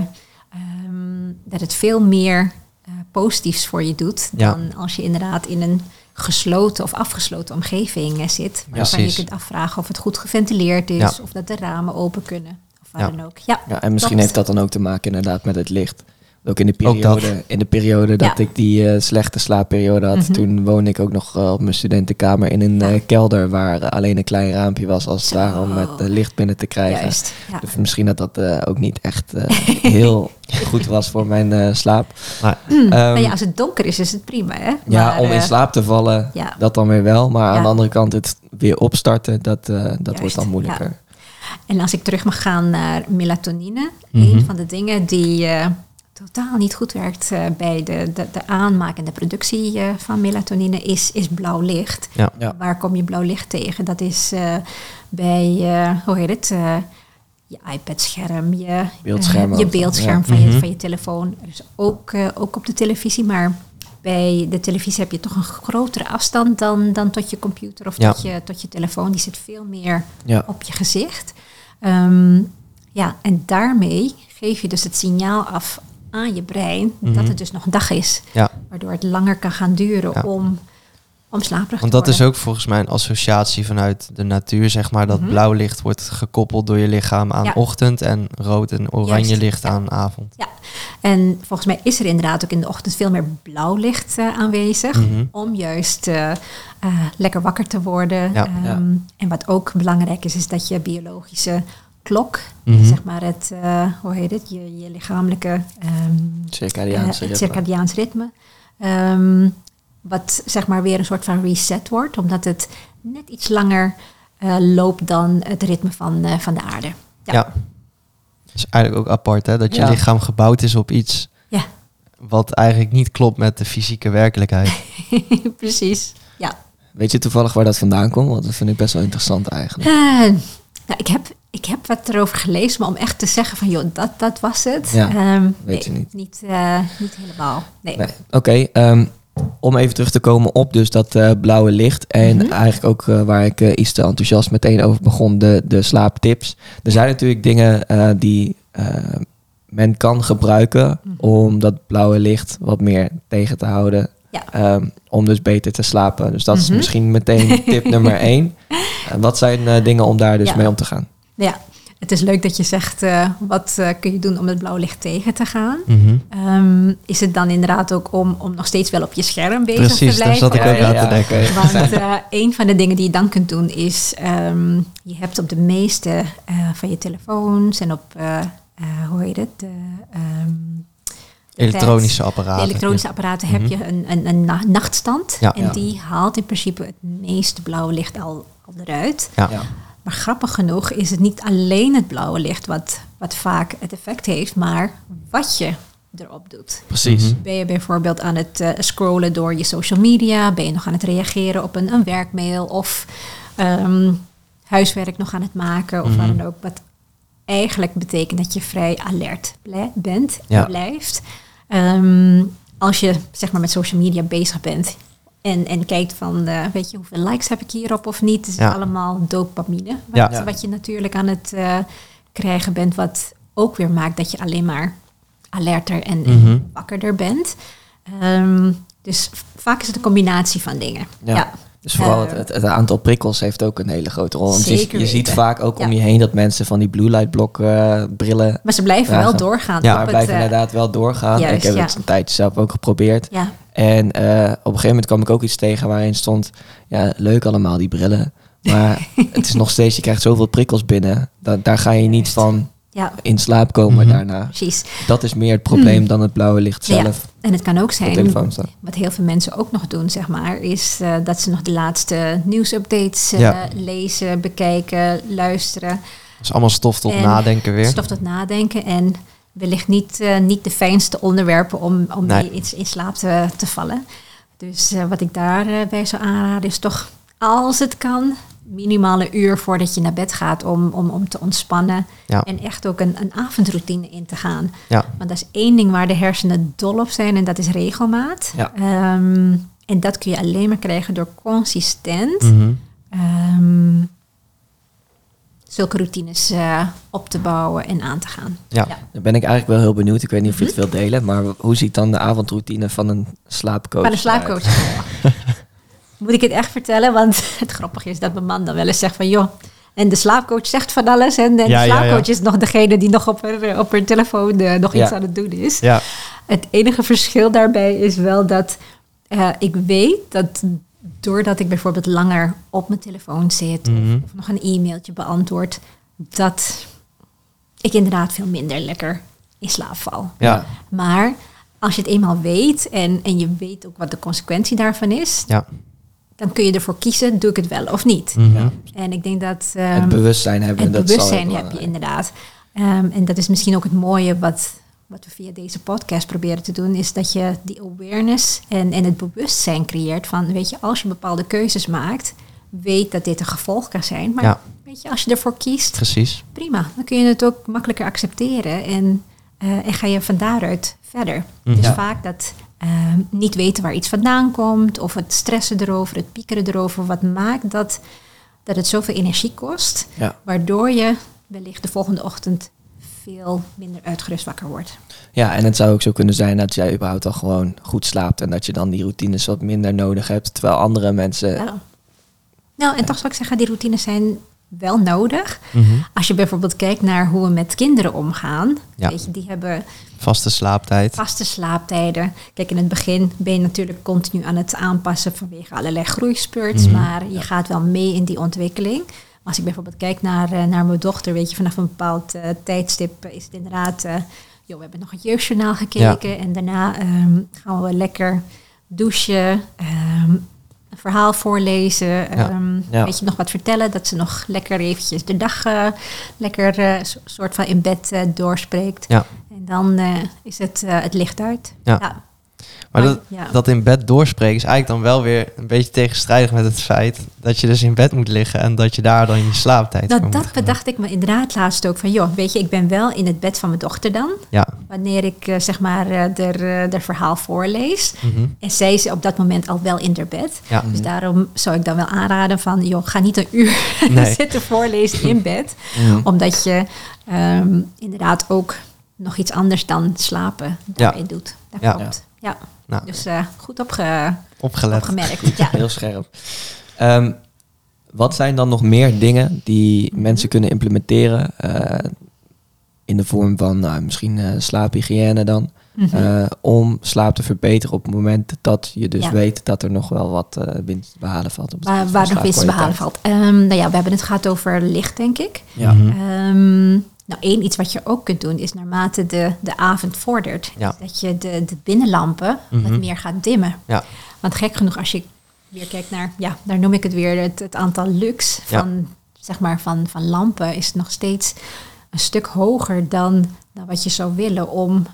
um, dat het veel meer uh, positiefs voor je doet Ja. dan als je inderdaad in een gesloten of afgesloten omgeving uh, zit. Waarvan je Precies. kunt afvragen of het goed geventileerd is, Ja. of dat de ramen open kunnen, of wat Ja. dan ook. Ja, Ja, en misschien klopt. heeft dat dan ook te maken inderdaad met het licht. Ook in de Ook dat. periode, in de periode dat Ja. ik die eh, slechte slaapperiode had, Mhm. toen woonde ik ook nog eh, op mijn studentenkamer in een Ja. eh, kelder waar eh, alleen een klein raampje was als het Zo. ware om met eh, licht binnen te krijgen. Juist. Ja. Dus misschien dat dat eh, ook niet echt eh, heel goed was voor mijn eh, slaap. Maar, Ehm, Nou ja, als het donker is, is het prima, hè? ja, Maar, om in uh, slaap te vallen, ja. dat dan weer wel. Maar aan Ja. de andere kant het weer opstarten, dat, eh, dat wordt Juist, dan moeilijker. En als ik terug mag gaan naar melatonine, Mhm. een van de dingen die uh, totaal niet goed werkt uh, bij de, de, de aanmaak en de productie uh, van melatonine is, is blauw licht. ja. Ja. Waar kom je blauw licht tegen? Dat is uh, bij, uh, hoe heet het, uh, je iPad-scherm, je Beeldscherm uh, je ook, beeldscherm ja. van, je, Mhm. van je telefoon. Dus ook, uh, ook op de televisie, maar bij de televisie heb je toch een grotere afstand dan, dan tot je computer of Ja. tot, je, tot je telefoon. Die zit veel meer Ja. op je gezicht. Um, ja, en daarmee geef je dus het signaal af aan je brein Mhm. dat het dus nog een dag is. Ja. Waardoor het langer kan gaan duren Ja. om, om slaperig Want te dat is worden. ook volgens mij een associatie vanuit de natuur, zeg maar. Dat Mhm. blauw licht wordt gekoppeld door je lichaam aan Ja. ochtend en rood en oranje Juist, licht ja. aan avond. En volgens mij is er inderdaad ook in de ochtend veel meer blauw licht uh, aanwezig. Mhm. Om juist uh, uh, lekker wakker te worden. Ja. Um, Ja. En wat ook belangrijk is, is dat je biologische klok, Mhm. zeg maar het, uh, hoe heet het, je, je lichamelijke um, Circadiaanse uh, ritme. het circadiaans ritme. Um, wat zeg maar weer een soort van reset wordt, omdat het net iets langer uh, loopt dan het ritme van, uh, van de aarde. Ja. Ja. Dat is eigenlijk ook apart, hè? Dat je Ja. lichaam gebouwd is op iets Ja. wat eigenlijk niet klopt met de fysieke werkelijkheid. Precies. Ja. Weet je toevallig waar dat vandaan komt? Want dat vind ik best wel interessant eigenlijk. Uh, nou, ik, heb, ik heb wat erover gelezen, maar om echt te zeggen van, joh, dat, dat was het. Ja, um, weet nee, je niet. Niet, uh, niet helemaal. Nee. Nee. Oké, okay, um, om even terug te komen op dus dat uh, blauwe licht. En Mhm. eigenlijk ook uh, waar ik uh, iets te enthousiast meteen over begon, de, de slaaptips. Er zijn natuurlijk dingen uh, die uh, men kan gebruiken Mhm. om dat blauwe licht wat meer tegen te houden. Ja. Um, om dus beter te slapen. Dus dat Mhm. is misschien meteen tip nummer één. Uh, wat zijn uh, dingen om daar dus Ja. mee om te gaan? Ja, het is leuk dat je zegt, uh, wat uh, kun je doen om het blauwe licht tegen te gaan? Mhm. Um, is het dan inderdaad ook om, om nog steeds wel op je scherm bezig Precies, te daar blijven? zat ik of ook niet? aan te denken. Want uh, een van de dingen die je dan kunt doen is, um, je hebt op de meeste uh, van je telefoons en op, uh, uh, hoe heet het? De, um, Elektronische de apparaten. elektronische apparaten heb Mhm. je een, een, een na- nachtstand. Ja. En Ja. die haalt in principe het meeste blauwe licht al, al eruit. Ja. Ja. Maar grappig genoeg is het niet alleen het blauwe licht wat, wat vaak het effect heeft, maar wat je erop doet. Precies. Mhm. Ben je bijvoorbeeld aan het uh, scrollen door je social media? Ben je nog aan het reageren op een, een werkmail of um, huiswerk nog aan het maken of Mhm. wat dan ook? Wat eigenlijk betekent dat je vrij alert ble- bent en Ja. blijft. Um, als je zeg maar met social media bezig bent en, en kijkt van, uh, weet je, hoeveel likes heb ik hierop of niet? Het is Ja. allemaal dopamine. Wat, Ja. Ja. wat je natuurlijk aan het uh, krijgen bent, wat ook weer maakt dat je alleen maar alerter en, en Mhm. wakkerder bent. Um, dus vaak is het een combinatie van dingen. Ja. Ja. Dus vooral Uh, het, het, het aantal prikkels heeft ook een hele grote rol. Want je, Zeker je ziet weten. vaak ook om Ja. je heen dat mensen van die blue light blok uh, brillen. Maar ze blijven Ja, wel gaan- doorgaan. Ja, op maar het, blijven uh, inderdaad wel doorgaan. juist, ik heb ja. het een tijdje zelf ook geprobeerd. Ja, En uh, op een gegeven moment kwam ik ook iets tegen waarin stond... Ja, leuk allemaal die brillen. Maar het is nog steeds, je krijgt zoveel prikkels binnen. Da- daar ga je niet Juist. van ja, in slaap komen Mhm. daarna. precies. Dat is meer het probleem Hmm. dan het blauwe licht Ja. zelf En het kan ook op de zijn, telefoon staan. wat heel veel mensen ook nog doen, zeg maar, is uh, dat ze nog de laatste nieuwsupdates uh, Ja. lezen, bekijken, luisteren. Dat is allemaal stof tot En nadenken weer. Stof tot nadenken en wellicht niet, uh, niet de fijnste onderwerpen om, om Nee. mee in, in slaap te, te vallen. Dus uh, wat ik daarbij uh, zou aanraden is toch, als het kan, minimaal een uur voordat je naar bed gaat om, om, om te ontspannen. Ja. En echt ook een, een avondroutine in te gaan. Ja. Want dat is één ding waar de hersenen dol op zijn en dat is regelmaat. Ja. Um, en dat kun je alleen maar krijgen door consistent Mhm. um, zulke routines uh, op te bouwen en aan te gaan. Ja. Ja. Dan ben ik eigenlijk wel heel benieuwd. Ik weet niet of je Mhm. het wilt delen. Maar hoe ziet dan de avondroutine van een slaapcoach Maar de slaapcoach. Moet ik het echt vertellen? Want het grappige is dat mijn man dan wel eens zegt van, joh, en de slaapcoach zegt van alles en de Ja, ja, slaapcoach ja. is nog degene die nog op haar, op haar telefoon uh, nog Ja. iets aan het doen is. Ja. Het enige verschil daarbij is wel dat uh, ik weet dat doordat ik bijvoorbeeld langer op mijn telefoon zit Mhm. of, of nog een e-mailtje beantwoord, dat ik inderdaad veel minder lekker in slaap val. Ja. Maar als je het eenmaal weet en, en je weet ook wat de consequentie daarvan is, Ja. dan kun je ervoor kiezen, doe ik het wel of niet. Mhm. Ja. En ik denk dat um, Het bewustzijn hebben. het dat is bewustzijn al heb je belangrijk. inderdaad. Um, en dat is misschien ook het mooie wat, wat we via deze podcast proberen te doen, is dat je die awareness en, en het bewustzijn creëert van, weet je, als je bepaalde keuzes maakt, weet dat dit een gevolg kan zijn. Maar Ja. weet je, als je ervoor kiest, Precies. prima. Dan kun je het ook makkelijker accepteren en, uh, en ga je van daaruit verder. Mhm. Dus Ja. vaak dat uh, niet weten waar iets vandaan komt of het stressen erover, het piekeren erover, wat maakt dat, dat het zoveel energie kost, Ja. waardoor je wellicht de volgende ochtend veel minder uitgerust wakker wordt. Ja, en het zou ook zo kunnen zijn dat jij überhaupt al gewoon goed slaapt en dat je dan die routines wat minder nodig hebt, terwijl andere mensen... Ja. Nou, en toch zou ik zeggen, die routines zijn wel nodig. Mm-hmm. Als je bijvoorbeeld kijkt naar hoe we met kinderen omgaan. Ja. Weet je, die hebben Vaste slaaptijd. vaste slaaptijden. Kijk, in het begin ben je natuurlijk continu aan het aanpassen vanwege allerlei groeispurts. Mhm. Maar je gaat wel mee in die ontwikkeling. Maar als ik bijvoorbeeld kijk naar, uh, naar mijn dochter, weet je, vanaf een bepaald uh, tijdstip is het inderdaad... Uh, joh, we hebben nog het jeugdjournaal gekeken. Ja. En daarna um, gaan we lekker douchen, um, een verhaal voorlezen, Ja. Um, Ja. weet je, nog wat vertellen. Dat ze nog lekker eventjes de dag uh, lekker uh, so- soort van in bed uh, doorspreekt. Ja. En dan uh, is het, uh, het licht uit. Ja. Ja. Maar Maar, dat, ja. dat in bed doorspreken is eigenlijk dan wel weer een beetje tegenstrijdig met het feit dat je dus in bed moet liggen en dat je daar dan je slaaptijd voor Nou, moet dat gebruiken. bedacht ik me inderdaad laatst ook van, joh, weet je, ik ben wel in het bed van mijn dochter dan, Ja. wanneer ik uh, zeg maar uh, er, uh, er verhaal voorlees. Mhm. En zij is op dat moment al wel in haar bed. Ja. Dus daarom zou ik dan wel aanraden van, joh, ga niet een uur Nee. zitten voorlezen in bed. Mhm. Omdat je um, inderdaad ook nog iets anders dan slapen daarin doet. Dat Ja. klopt. Ja. Nou, Dus uh, goed opge- opgelet. opgemerkt. Ja. Heel scherp. Um, wat zijn dan nog meer dingen die Mhm. mensen kunnen implementeren uh, in de vorm van nou, misschien uh, slaaphygiëne dan, Mhm. uh, om slaap te verbeteren op het moment dat je dus Ja. weet dat er nog wel wat uh, winst te behalen valt. Op het Waar, gebied waar van nog winst te behalen slaapkwaliteit. valt. Um, nou ja, we hebben het gehad over licht, denk ik. Ja. Mhm. Um, nou, één iets wat je ook kunt doen is naarmate de, de avond vordert, Ja. is dat je de, de binnenlampen Mhm. wat meer gaat dimmen. Ja. Want gek genoeg, als je weer kijkt naar, ja, daar noem ik het weer, het, het aantal lux Ja. van, zeg maar, van, van lampen is nog steeds een stuk hoger dan, dan wat je zou willen om um,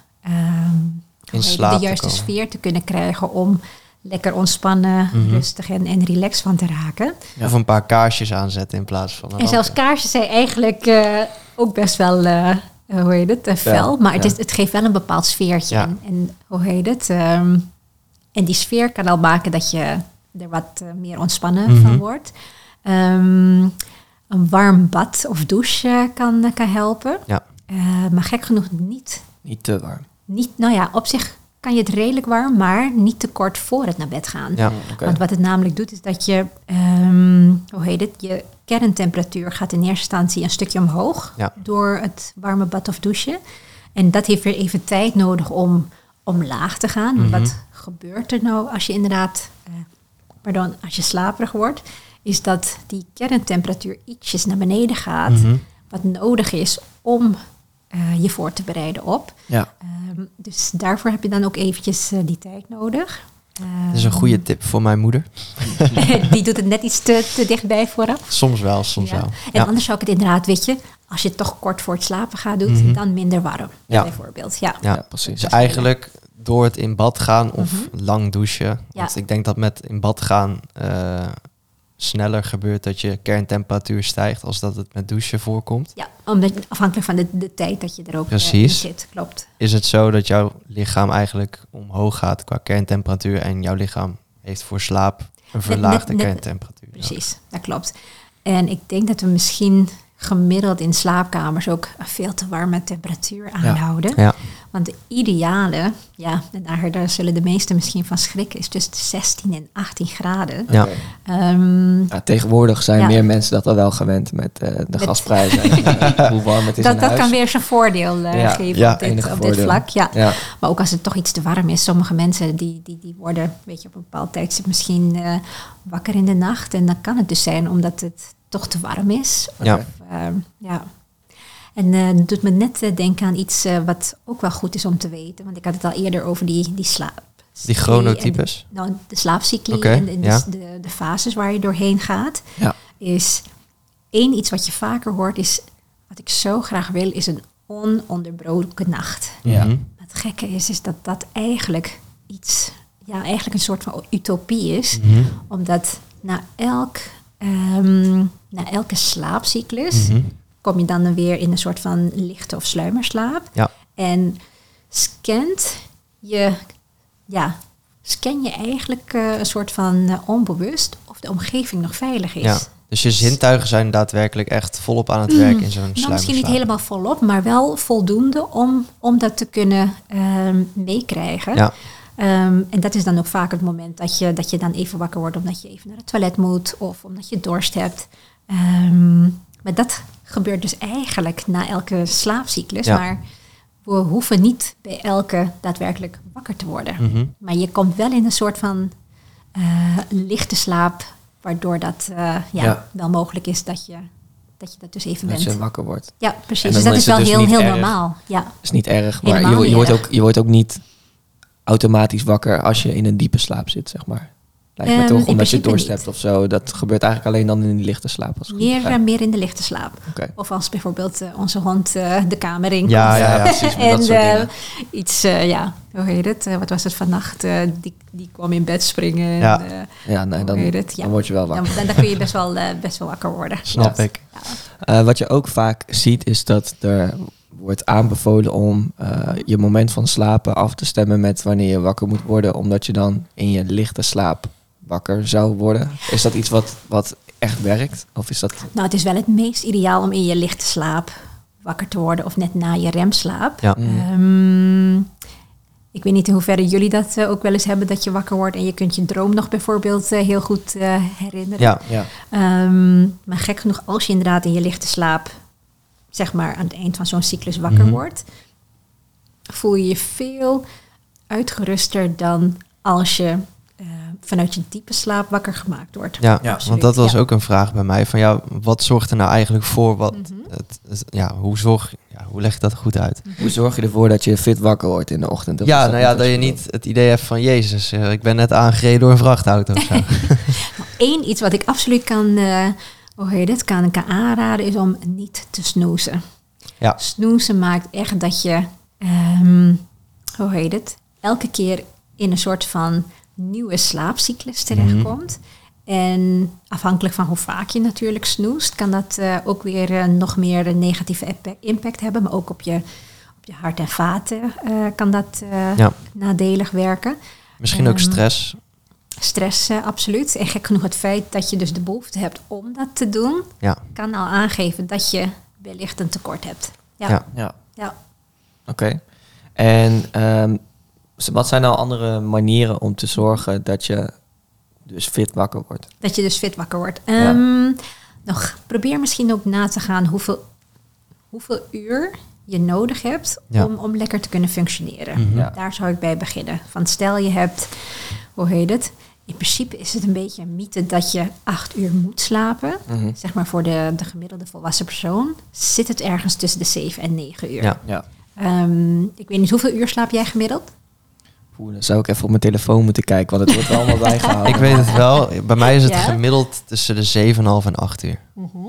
hoe heet het, slaap de te juiste komen. sfeer te kunnen krijgen om lekker ontspannen, Mhm. rustig en, en relaxed van te raken. Ja. Of een paar kaarsjes aanzetten in plaats van een En zelfs lamp. kaarsjes zijn eigenlijk uh, ook best wel, uh, hoe heet het, uh, fel. Fel, Maar het, ja. is, het geeft wel een bepaald sfeertje. Ja. En, en hoe heet het? Um, en die sfeer kan al maken dat je er wat uh, meer ontspannen Mhm. van wordt. Um, een warm bad of douche uh, kan, uh, kan helpen. Ja. Uh, maar gek genoeg niet. Niet te warm. niet. Nou ja, op zich kan je het redelijk warm, maar niet te kort voor het naar bed gaan. Ja. Oké. Want wat het namelijk doet, is dat je, um, hoe heet het, je kerntemperatuur gaat in eerste instantie een stukje omhoog Ja. door het warme bad of douchen. En dat heeft weer even tijd nodig om omlaag te gaan. Mhm. Wat gebeurt er nou als je inderdaad, uh, pardon, als je slaperig wordt, is dat die kerntemperatuur ietsjes naar beneden gaat, Mhm. wat nodig is om uh, je voor te bereiden op. Ja. Um, dus daarvoor heb je dan ook eventjes uh, die tijd nodig. Dat is een goede tip voor mijn moeder. Die doet het net iets te, te dichtbij vooraf. Soms wel, soms Ja. wel. En Ja. anders zou ik het inderdaad, weet je, als je het toch kort voor het slapen gaat doen, Mhm. dan minder warm, Ja. bijvoorbeeld. Ja. Ja. Ja, precies. Dus eigenlijk door het in bad gaan of Mhm. lang douchen. Want Ja. ik denk dat met in bad gaan uh, sneller gebeurt dat je kerntemperatuur stijgt als dat het met douchen voorkomt. Ja, omdat afhankelijk van de, de tijd dat je er ook uh, in Precies. zit, klopt. Is het zo dat jouw lichaam eigenlijk omhoog gaat qua kerntemperatuur en jouw lichaam heeft voor slaap een verlaagde net- kerntemperatuur? Precies, dat klopt. En ik denk dat we misschien gemiddeld in slaapkamers ook een veel te warme temperatuur aanhouden. Ja. Want de ideale, ja, en daar, daar zullen de meesten misschien van schrikken, is tussen de zestien en achttien graden. Ja. Oké. Ehm, Ja, tegenwoordig zijn Ja. meer mensen dat al wel gewend met uh, de Met- gasprijzen. En uh, hoe warm het is dat in dat huis. kan weer zijn voordeel uh, Ja, geven ja, op, dit, enig op dit voordeel. vlak. Ja. Ja. Maar ook als het toch iets te warm is. Sommige mensen die, die, die worden weet je, op een bepaald tijdstip misschien uh, wakker in de nacht. En dan kan het dus zijn omdat het toch te warm is. Ja. Of, uh, ja. En uh, het doet me net uh, denken aan iets uh, wat ook wel goed is om te weten. Want ik had het al eerder over die, die slaap. Die chronotypes? En, nou, de slaapcycli Oké, en, en ja. dus de, de fases waar je doorheen gaat. Ja. Is één iets wat je vaker hoort is, wat ik zo graag wil, is een ononderbroken nacht. Ja. Mhm. Het gekke is, is dat dat eigenlijk iets, ja, eigenlijk een soort van utopie is. Mhm. Omdat na, elk, ehm, na elke slaapcyclus Mhm. kom je dan weer in een soort van lichte of sluimerslaap. Ja. En scant je, ja, scan je eigenlijk uh, een soort van uh, onbewust of de omgeving nog veilig is. Ja. Dus je zintuigen zijn daadwerkelijk echt volop aan het werk in zo'n Nou, misschien sluimerslaap. niet helemaal volop, maar wel voldoende om, om dat te kunnen ehm, meekrijgen. Ja. Ehm, en dat is dan ook vaak het moment dat je, dat je dan even wakker wordt omdat je even naar het toilet moet of omdat je dorst hebt. Ehm, maar dat gebeurt dus eigenlijk na elke slaapcyclus. Ja. Maar we hoeven niet bij elke daadwerkelijk wakker te worden. Mhm. Maar je komt wel in een soort van eh, lichte slaap, waardoor dat eh, ja, Ja. wel mogelijk is dat je, dat je dat dus even Dat bent. je wakker wordt. Ja, En precies. dan Dus dat is is het wel dus heel, niet heel erg. normaal. Ja. Is niet erg, maar je, Helemaal wo- je, niet wordt erg. ook, je wordt ook niet automatisch wakker als je in een diepe slaap zit, zeg maar. Lijkt me Ehm, toch, in omdat je principe dorst niet. hebt of zo. Dat gebeurt eigenlijk alleen dan in die lichte slaap. Als ik het goed Meer, begrijp. eh, meer in de lichte slaap. Oké. Of als bijvoorbeeld eh, onze hond eh, de kamer in Ja, komt. ja, ja. precies. met En dat soort eh, dingen. iets, eh, ja, hoe heet het? Eh, wat was het vannacht? Eh, die, die kwam in bed springen. Ja. En, eh, Ja, nee, hoe dan, heet het? Ja. dan word je wel dan, wakker. dan, dan kun je best wel, eh, best wel wakker worden. Snap Ja. ik. Eh, wat je ook vaak ziet is dat er wordt aanbevolen om eh, je moment van slapen af te stemmen met wanneer je wakker moet worden, omdat je dan in je lichte slaap wakker zou worden. Is dat iets wat, wat echt werkt? Of is dat... Nou, het is wel het meest ideaal om in je lichte slaap wakker te worden of net na je remslaap. Ja. Mm. Ehm, ik weet niet in hoeverre jullie dat eh, ook wel eens hebben, dat je wakker wordt en je kunt je droom nog bijvoorbeeld eh, heel goed eh, herinneren. Ja, Ja. Ehm, maar gek genoeg, als je inderdaad in je lichte slaap, zeg maar aan het eind van zo'n cyclus wakker Mhm. wordt, voel je je veel uitgeruster dan als je eh, vanuit je diepe slaap wakker gemaakt wordt. ja, Ja, want dat was ja. ook een vraag bij mij. Van ja, wat zorgt er nou eigenlijk voor? Wat, Mhm. het, het- ja, hoe, zorg, ja, hoe leg je dat goed uit? Hoe zorg je ervoor dat je fit wakker wordt in de ochtend? Of is Ja, dat nou ja, niet dat je wat niet het idee hebt van Jezus, eh, ik ben net aangereden door een vrachtauto of zo. Eén iets wat ik absoluut kan, eh, hoe heet het, kan, kan aanraden, is om niet te snoezen. Ja. Snoezen maakt echt dat je, ehm, hoe heet het, elke keer in een soort van nieuwe slaapcyclus terechtkomt. En afhankelijk van hoe vaak je natuurlijk snoest, kan dat eh, ook weer eh, nog meer een negatieve epe- impact hebben. Maar ook op je, op je hart en vaten eh, kan dat eh, Ja. nadelig werken. Misschien ook Ehm, stress. Stress, eh, absoluut. En gek genoeg het feit dat je dus de behoefte hebt om dat te doen, Ja. kan al aangeven dat je wellicht een tekort hebt. Ja, Ja. ja. Ja, ja. oké. En ehm, wat zijn nou andere manieren om te zorgen dat je dus fit wakker wordt? Dat je dus fit wakker wordt. Ja. Ehm, nog, probeer misschien ook na te gaan hoeveel, hoeveel uur je nodig hebt Ja. om, om lekker te kunnen functioneren. Mhm. Ja. Daar zou ik bij beginnen. Van stel je hebt, hoe heet het? In principe is het een beetje een mythe dat je acht uur moet slapen. Mhm. Zeg maar voor de, de gemiddelde volwassen persoon zit het ergens tussen de zeven en negen uur. Ja. Ja. Ehm, ik weet niet, hoeveel uur slaap jij gemiddeld? Oeh, dan zou ik even op mijn telefoon moeten kijken, want het wordt er allemaal bijgehouden. Ik weet het wel. Bij mij is het Ja? gemiddeld tussen de zeven komma vijf en acht uur.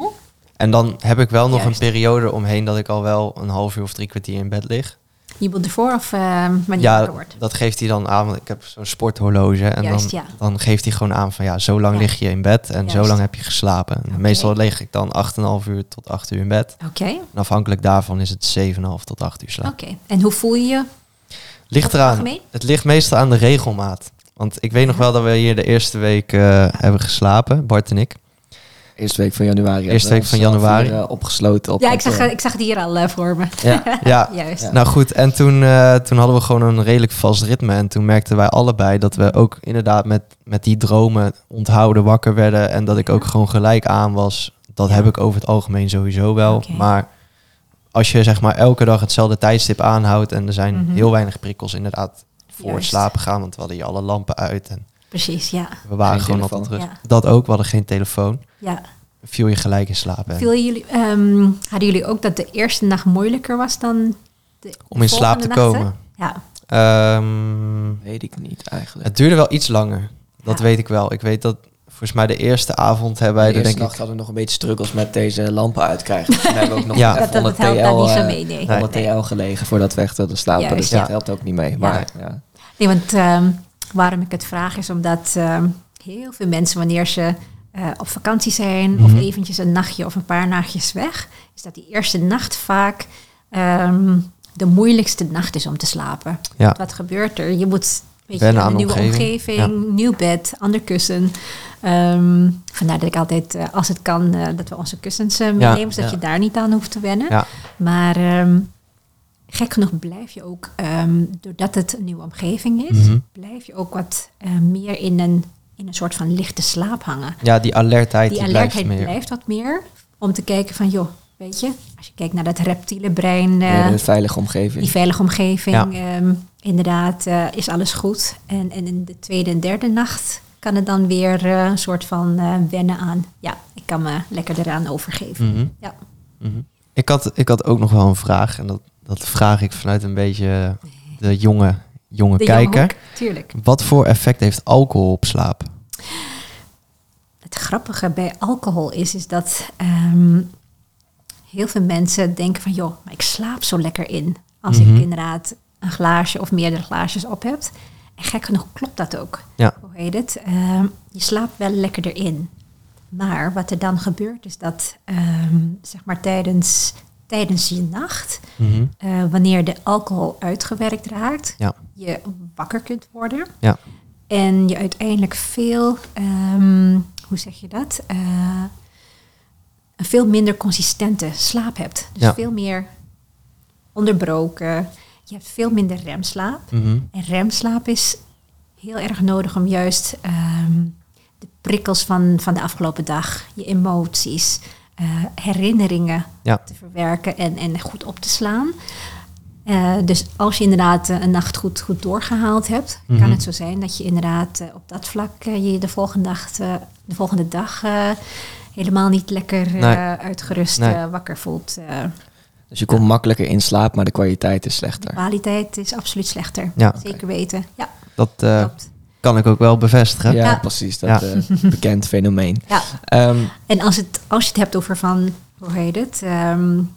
En dan heb ik wel nog Juist. een periode omheen dat ik al wel een half uur of drie kwartier in bed lig. Je wilt ervoor of ehm wanneer je Ja, wakker wordt? dat geeft hij dan aan. Want ik heb zo'n sporthorloge. En Juist, dan, ja. dan geeft hij gewoon aan van ja, zo lang Ja. lig je in bed en zo Juist. lang heb je geslapen. En Oké. Meestal lig ik dan acht komma vijf uur tot acht uur in bed. Oké, En afhankelijk daarvan is het zeven komma vijf tot acht uur slaap. oké. En hoe voel je je? Ligt Over het eraan. algemeen? Het ligt meestal aan de regelmaat. Want ik weet nog wel dat we hier de eerste week eh, hebben geslapen, Bart en ik. Eerste week van januari. Eerste week van hebben we ons januari. zelf hier, eh, opgesloten op Ja, ik zag, kantoor. ik zag het hier al eh, voor me. Ja. Ja, Juist. Ja. nou goed. En toen, eh, toen hadden we gewoon een redelijk vast ritme. En toen merkten wij allebei dat we ook inderdaad met, met die dromen onthouden wakker werden. En dat ik ook gewoon gelijk aan was. Dat Ja. heb ik over het algemeen sowieso wel. Oké. Maar als je zeg maar elke dag hetzelfde tijdstip aanhoudt. En er zijn Mhm. heel weinig prikkels inderdaad voor het Juist. slapen gaan. Want we hadden hier alle lampen uit. En Precies, ja. we waren Geen gewoon telefoon. altijd rustig. Ja. Dat ook, we hadden geen telefoon. ja. Viel je gelijk in slaap. En Viel jullie, ehm, hadden jullie ook dat de eerste nacht moeilijker was dan de om in slaap te volgende nachten? komen. Ja, Ehm, Weet ik niet eigenlijk. het duurde wel iets langer. Dat Ja. weet ik wel. Ik weet dat volgens mij de eerste avond hebben wij de er eerste denk nacht ik... hadden we nog een beetje struggles met deze lampen uitkrijgen. Dus toen hebben we ook nog Ja. even dat, dat, onder dat helpt daar niet zo T L, eh, mee, nee. onder T L gelegen voordat we echt wilden slapen. Juist, Dus dat ja. helpt ook niet mee. Maar ja. Nee, want ehm, waarom ik het vraag is omdat ehm, heel veel mensen wanneer ze eh, op vakantie zijn Mhm. of eventjes een nachtje of een paar nachtjes weg, is dat die eerste nacht vaak ehm, de moeilijkste nacht is om te slapen. Ja. Wat gebeurt er? Je moet Weet Wennen je, aan een de nieuwe omgeving. omgeving, nieuw bed, ander kussen. Um, vandaar dat ik altijd, uh, als het kan, uh, dat we onze kussens uh, meenemen, Ja, zodat ja. je daar niet aan hoeft te wennen. Ja. Maar um, gek genoeg blijf je ook, um, doordat het een nieuwe omgeving is, Mhm. blijf je ook wat uh, meer in een, in een soort van lichte slaap hangen. Ja, die alertheid Die die alertheid blijft blijft, meer. wat meer, om te kijken van, joh, weet je, als je kijkt naar dat reptiele brein, uh, Meer een veilige omgeving. die veilige omgeving, Ja. um, inderdaad uh, is alles goed. En, en in de tweede en derde nacht kan het dan weer uh, een soort van uh, wennen aan, ja, ik kan me lekker eraan overgeven. Mhm. Ja. Mhm. Ik, had, ik had ook nog wel een vraag. En dat, dat vraag ik vanuit een beetje de jonge, jonge De kijker. jonge hoek, tuurlijk. Wat voor effect heeft alcohol op slaap? Het grappige bij alcohol is, is dat um, heel veel mensen denken van, joh, maar ik slaap zo lekker in. Als Mhm. ik inderdaad een glaasje of meerdere glaasjes op heb. En gek genoeg klopt dat ook. Ja. Hoe heet het? Um, je slaapt wel lekker erin. Maar wat er dan gebeurt is dat, um, zeg maar tijdens, tijdens je nacht, Mhm. uh, wanneer de alcohol uitgewerkt raakt, Ja. je wakker kunt worden. Ja. En je uiteindelijk veel, um, hoe zeg je dat? Uh, een veel minder consistente slaap hebt. Dus Ja. veel meer onderbroken. Je hebt veel minder remslaap. Mhm. En remslaap is heel erg nodig om juist um, de prikkels van, van de afgelopen dag, je emoties, uh, herinneringen Ja. te verwerken en, en goed op te slaan. Uh, dus als je inderdaad uh, een nacht goed, goed doorgehaald hebt, Mhm. kan het zo zijn dat je inderdaad uh, op dat vlak uh, je de volgende dag, uh, de volgende dag uh, helemaal niet lekker uh, Nee. uitgerust Nee. uh, wakker voelt. Uh, Dus je komt makkelijker in slaap, maar de kwaliteit is de slechter. kwaliteit is absoluut slechter. Ja. Zeker weten. Ja, Dat uh, klopt. kan ik ook wel bevestigen. Ja, Ja. precies. Dat Ja. eh, bekend fenomeen. Ja. Ehm, En als, het, als je het hebt over van, hoe heet het, um,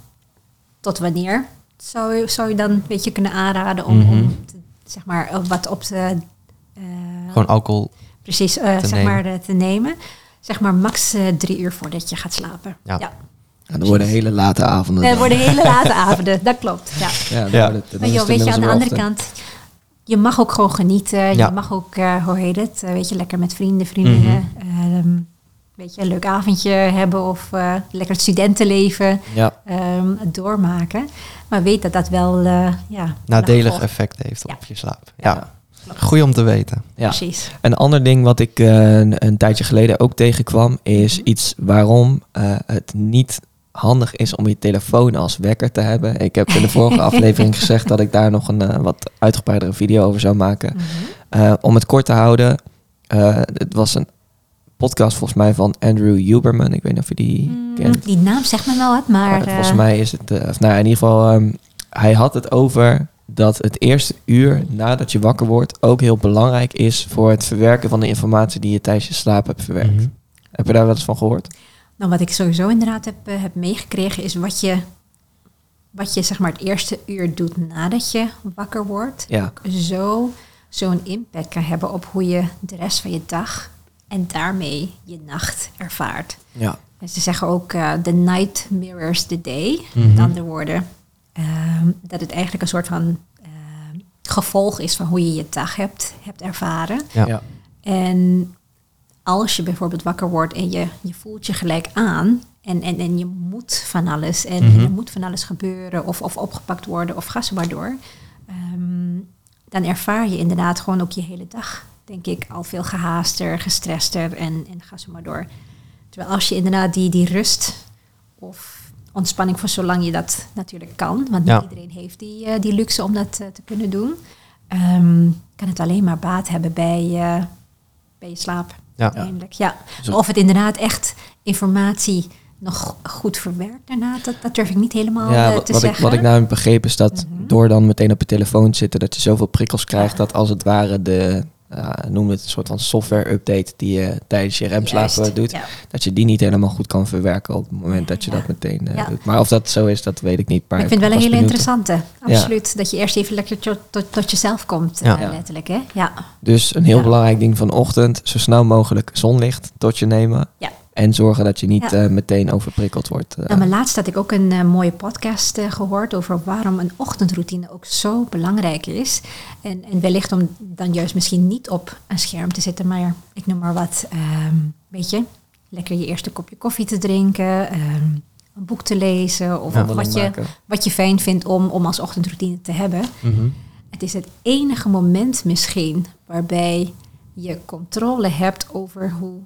tot wanneer zou je, zou je dan een beetje kunnen aanraden om, Mhm. om te, zeg maar, uh, wat op te... Uh, Gewoon alcohol. precies, uh, zeg nemen. maar, uh, te nemen. Zeg maar max uh, drie uur voordat je gaat slapen. Ja. ja. ja, er worden hele late avonden. Het dan. worden hele late avonden, dat klopt. Ja. Ja, dan Ja. wordt het- dan Maar is joh, het weet je, aan de inmiddels andere weer ochtend. kant, je mag ook gewoon genieten. Ja. Je mag ook, uh, hoe heet het, uh, weet je, lekker met vrienden, vriendinnen. Mhm. um, weet je, een leuk avondje hebben of uh, lekker het studentenleven Ja, um, doormaken. Maar weet dat dat wel, uh, ja... Nadelig gevolg- effect heeft Ja. op je slaap. Ja. Ja. Goeie om te weten. ja. Precies. Een ander ding wat ik eh, een, een tijdje geleden ook tegenkwam, is Mhm. iets waarom eh, het niet handig is om je telefoon als wekker te hebben. Ik heb in de vorige aflevering gezegd dat ik daar nog een uh, wat uitgebreidere video over zou maken. Mhm. Uh, om het kort te houden, uh, het was een podcast volgens mij van Andrew Huberman. Ik weet niet of je die Mm, kent. die naam zegt me wel wat, maar... Maar volgens uh, mij is het, uh, of nou ja, in ieder geval, um, hij had het over dat het eerste uur nadat je wakker wordt ook heel belangrijk is voor het verwerken van de informatie die je tijdens je slaap hebt verwerkt. Mhm. Heb je daar wel eens van gehoord? Nou, wat ik sowieso inderdaad heb, uh, heb meegekregen is wat je, wat je zeg maar het eerste uur doet nadat je wakker wordt. Ja. Zo, zo'n impact kan hebben op hoe je de rest van je dag en daarmee je nacht ervaart. Ja. En ze zeggen ook, uh, the night mirrors the day. Mhm. Met andere woorden, um, dat het eigenlijk een soort van uh, gevolg is van hoe je je dag hebt, hebt ervaren. Ja. Ja. En als je bijvoorbeeld wakker wordt en je, je voelt je gelijk aan en, en, en je moet van alles en, Mhm. en er moet van alles gebeuren of, of opgepakt worden of ga zo maar door, um, dan ervaar je inderdaad gewoon ook je hele dag, denk ik, al veel gehaaster, gestrester en, en ga zo maar door. Terwijl als je inderdaad die, die rust of ontspanning voor zolang je dat natuurlijk kan, want niet Ja. iedereen heeft die, uh, die luxe om dat uh, te kunnen doen, um, kan het alleen maar baat hebben bij, uh, bij je slaap. Ja. Uiteindelijk, ja. Zo- Of het inderdaad echt informatie nog goed verwerkt daarna, dat, dat durf ik niet helemaal Ja, uh, wat, te wat, ik, zeggen. wat ik namelijk begreep is dat Mhm. door dan meteen op je telefoon te zitten, dat je zoveel prikkels krijgt dat als het ware de, uh, noem het een soort van software update die je tijdens je remslaap Juist, uh, doet, ja. dat je die niet helemaal goed kan verwerken op het moment dat je Ja. dat meteen uh, Ja. doet. Maar of dat zo is, dat weet ik niet. Maar Maar ik vind het wel een was hele benieuwd. interessante. Ja. Absoluut. Dat je eerst even lekker tot, tot, tot jezelf komt, Ja. uh, letterlijk. Hè? Ja. Dus een heel Ja. belangrijk ding van ochtend, zo snel mogelijk zonlicht tot je nemen. Ja. En zorgen dat je niet Ja. uh, meteen overprikkeld wordt. Uh. Nou, maar laatst had ik ook een uh, mooie podcast uh, gehoord over waarom een ochtendroutine ook zo belangrijk is. En, en wellicht om dan juist misschien niet op een scherm te zitten, maar ik noem maar wat, um, weet je, lekker je eerste kopje koffie te drinken, um, een boek te lezen of ja, wat, je, wat je fijn vindt om, om als ochtendroutine te hebben. Mm-hmm. Het is het enige moment misschien waarbij je controle hebt over hoe,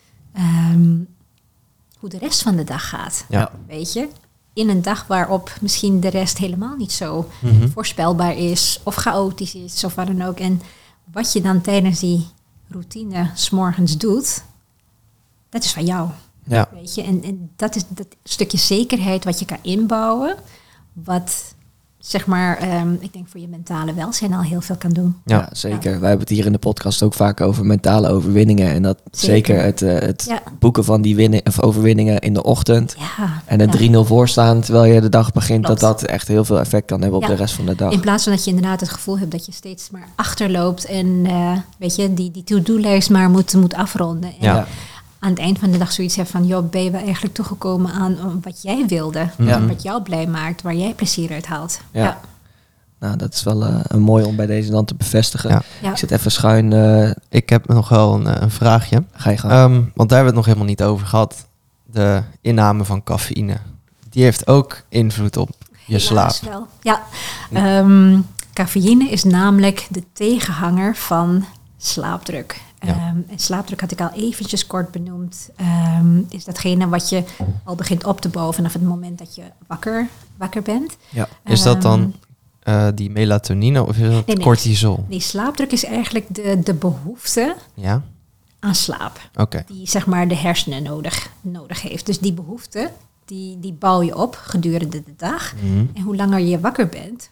um, hoe de rest van de dag gaat. Ja. Weet je? In een dag waarop misschien de rest helemaal niet zo Mm-hmm. voorspelbaar is of chaotisch is of wat dan ook. En wat je dan tijdens die routine 's morgens doet, dat is van jou. Ja. Weet je? En, en dat is dat stukje zekerheid wat je kan inbouwen, wat zeg maar, um, ik denk voor je mentale welzijn al heel veel kan doen. Ja, ja zeker. Ja. Wij hebben het hier in de podcast ook vaak over mentale overwinningen. En dat zeker, zeker het, uh, het ja. boeken van die winning, of overwinningen in de ochtend. Ja, en een ja. drie nul voorstaan terwijl je de dag begint. Klopt. Dat dat echt heel veel effect kan hebben op ja. de rest van de dag. In plaats van dat je inderdaad het gevoel hebt dat je steeds maar achterloopt. En uh, weet je, die, die to-do-lijst maar moet, moet afronden. En ja. aan het eind van de dag zoiets hebben van, joh, ben je wel eigenlijk toegekomen aan wat jij wilde. Ja. Wat jou blij maakt, waar jij plezier uit haalt. Ja. ja. Nou, dat is wel uh, een mooi om bij deze dan te bevestigen. Ja. Ja. Ik zit even schuin. Uh, ik heb nog wel een, een vraagje. Ga je gaan. Um, want daar hebben we het nog helemaal niet over gehad. De inname van cafeïne. Die heeft ook invloed op je Helaas slaap. Wel. Ja, um, cafeïne is namelijk de tegenhanger van slaapdruk. Ja. Um, en slaapdruk had ik al eventjes kort benoemd. Um, is datgene wat je al begint op te bouwen vanaf het moment dat je wakker, wakker bent. Ja. Is dat dan uh, die melatonine of is dat nee, nee, cortisol? Nee, slaapdruk is eigenlijk de, de behoefte ja? aan slaap. Okay. Die zeg maar de hersenen nodig, nodig heeft. Dus die behoefte, die, die bouw je op gedurende de dag. Mm-hmm. En hoe langer je wakker bent,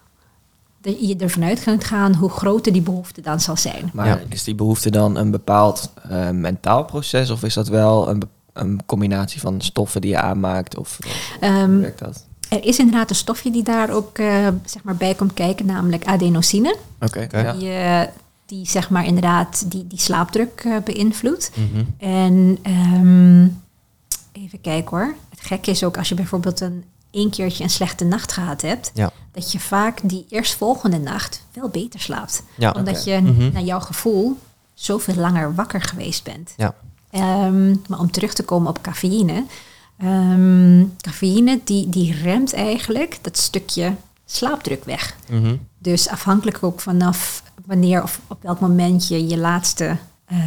dat je ervan uit kunt gaan hoe groter die behoefte dan zal zijn. Maar ja. is die behoefte dan een bepaald uh, mentaal proces of is dat wel een, een combinatie van stoffen die je aanmaakt? Of um, hoe werkt dat? Er is inderdaad een stofje die daar ook uh, zeg maar bij komt kijken, namelijk adenosine. Oké. Okay, okay. Die, uh, die zeg maar inderdaad die, die slaapdruk uh, beïnvloedt. Mm-hmm. En um, even kijken hoor. Het gekke is ook als je bijvoorbeeld een één keertje een slechte nacht gehad hebt, ja. dat je vaak die eerstvolgende nacht wel beter slaapt. Ja, Omdat okay. je mm-hmm. naar jouw gevoel zoveel langer wakker geweest bent. Ja. Um, maar om terug te komen op cafeïne. Um, cafeïne die, die remt eigenlijk dat stukje slaapdruk weg. Mm-hmm. Dus afhankelijk ook vanaf wanneer of op welk moment je je laatste uh,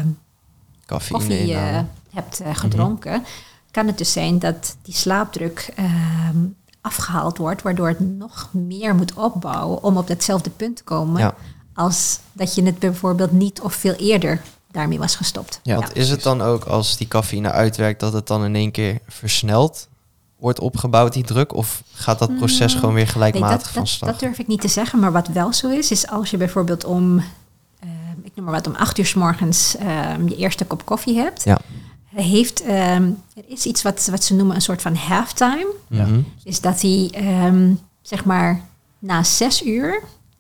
koffie uh, hebt uh, gedronken, mm-hmm. kan het dus zijn dat die slaapdruk uh, afgehaald wordt, waardoor het nog meer moet opbouwen om op datzelfde punt te komen, ja. als dat je het bijvoorbeeld niet of veel eerder daarmee was gestopt. Ja, Want ja. is het dan ook als die cafeïne uitwerkt dat het dan in één keer versneld wordt opgebouwd, die druk? Of gaat dat proces mm, gewoon weer gelijkmatig nee, dat, van dat, start? Dat durf ik niet te zeggen, maar wat wel zo is, is als je bijvoorbeeld om, uh, ik noem maar wat, om acht uur 's morgens uh, je eerste kop koffie hebt, ja. heeft, um, er is iets wat, wat ze noemen een soort van halftime. Mm-hmm. Is dat die, um, zeg maar, na zes uur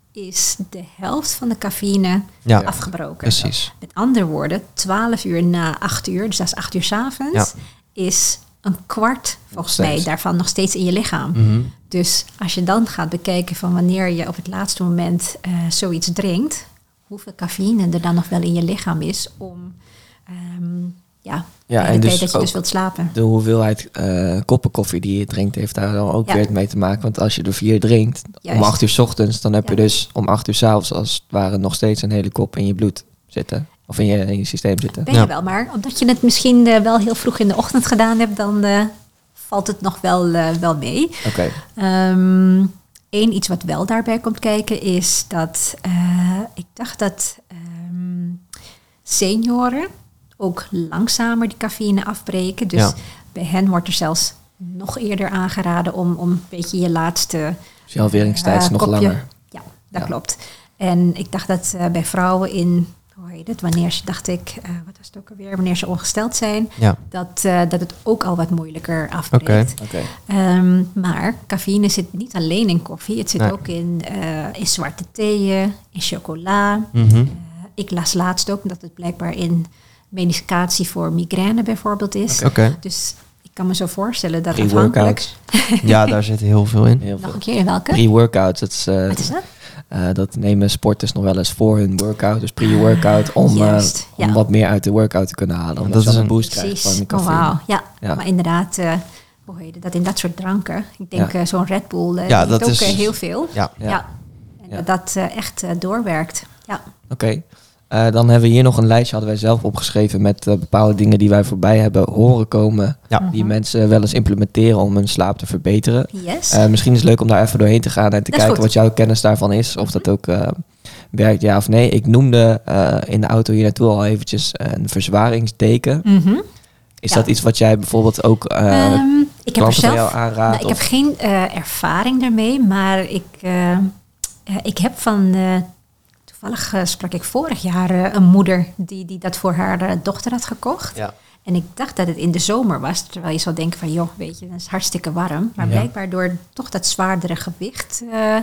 is de helft van de cafeïne ja, afgebroken. Precies. Met andere woorden, twaalf uur na acht uur, dus dat is acht uur 's avonds, ja. is een kwart volgens mij daarvan nog steeds in je lichaam. Mm-hmm. Dus als je dan gaat bekijken van wanneer je op het laatste moment uh, zoiets drinkt, hoeveel cafeïne er dan nog wel in je lichaam is om um, ja, ja, de en tijd dus dat je dus wilt slapen. De hoeveelheid uh, koppen koffie die je drinkt heeft daar dan ook ja. weer mee te maken. Want als je er vier drinkt Juist. om acht uur 's ochtends, dan heb ja. je dus om acht uur 's avonds als het ware nog steeds een hele kop in je bloed zitten. Of in je, in je systeem zitten. Ben je ja. wel, maar omdat je het misschien uh, wel heel vroeg in de ochtend gedaan hebt, dan uh, valt het nog wel, uh, wel mee. Oké. Okay. Um, Eén iets wat wel daarbij komt kijken is dat uh, ik dacht dat um, senioren ook langzamer die cafeïne afbreken. Dus ja. bij hen wordt er zelfs nog eerder aangeraden om, om een beetje je laatste dus je halveringstijd is uh, nog kopje. langer. Ja, dat ja. klopt. En ik dacht dat uh, bij vrouwen in, hoe heet het, wanneer ze, dacht ik, uh, wat was het ook alweer, wanneer ze ongesteld zijn, ja. dat, uh, dat het ook al wat moeilijker afbreekt. Okay. Okay. Um, maar cafeïne zit niet alleen in koffie, het zit nee. ook in, uh, in zwarte theeën, in chocola. Mm-hmm. Uh, ik las laatst ook dat het blijkbaar in medicatie voor migraine bijvoorbeeld is. Oké. Okay. Dus ik kan me zo voorstellen dat afhankelijk... Ja, daar zit heel veel in. Heel Nog een keer, in welke? Pre-workouts. Dat is, uh, Wat is dat? Uh, dat nemen sporters nog wel eens voor hun workout. Dus pre-workout om, uh, om ja. wat meer uit de workout te kunnen halen. Omdat dat is een boost krijgt van de cafeïne. Oh, wow. ja. ja, maar inderdaad... Uh, hoe heet het, dat in dat soort dranken. Ik denk ja. uh, zo'n Red Bull uh, ja, dat ook is, uh, heel veel. Ja. ja. ja. En ja. dat dat uh, echt uh, doorwerkt. Ja. Oké. Okay. Uh, dan hebben we hier nog een lijstje, hadden wij zelf opgeschreven met uh, bepaalde dingen die wij voorbij hebben horen komen. Ja. Die uh-huh. mensen wel eens implementeren om hun slaap te verbeteren. Yes. Uh, misschien is het leuk om daar even doorheen te gaan en te dat kijken wat jouw kennis daarvan is. Of uh-huh. dat ook uh, werkt, ja of nee. Ik noemde uh, in de auto hier naartoe al eventjes een verzwaringsdeken. Uh-huh. Is ja. dat iets wat jij bijvoorbeeld ook uh, um, ik heb er zelf, jou aanraadt? Nou, ik heb geen uh, ervaring daarmee, maar ik, uh, uh, ik heb van... Uh, toevallig uh, sprak ik vorig jaar uh, een moeder die, die dat voor haar uh, dochter had gekocht. Ja. En ik dacht dat het in de zomer was, terwijl je zou denken van... joh, weet je, dat is hartstikke warm. Maar ja. blijkbaar door toch dat zwaardere gewicht uh,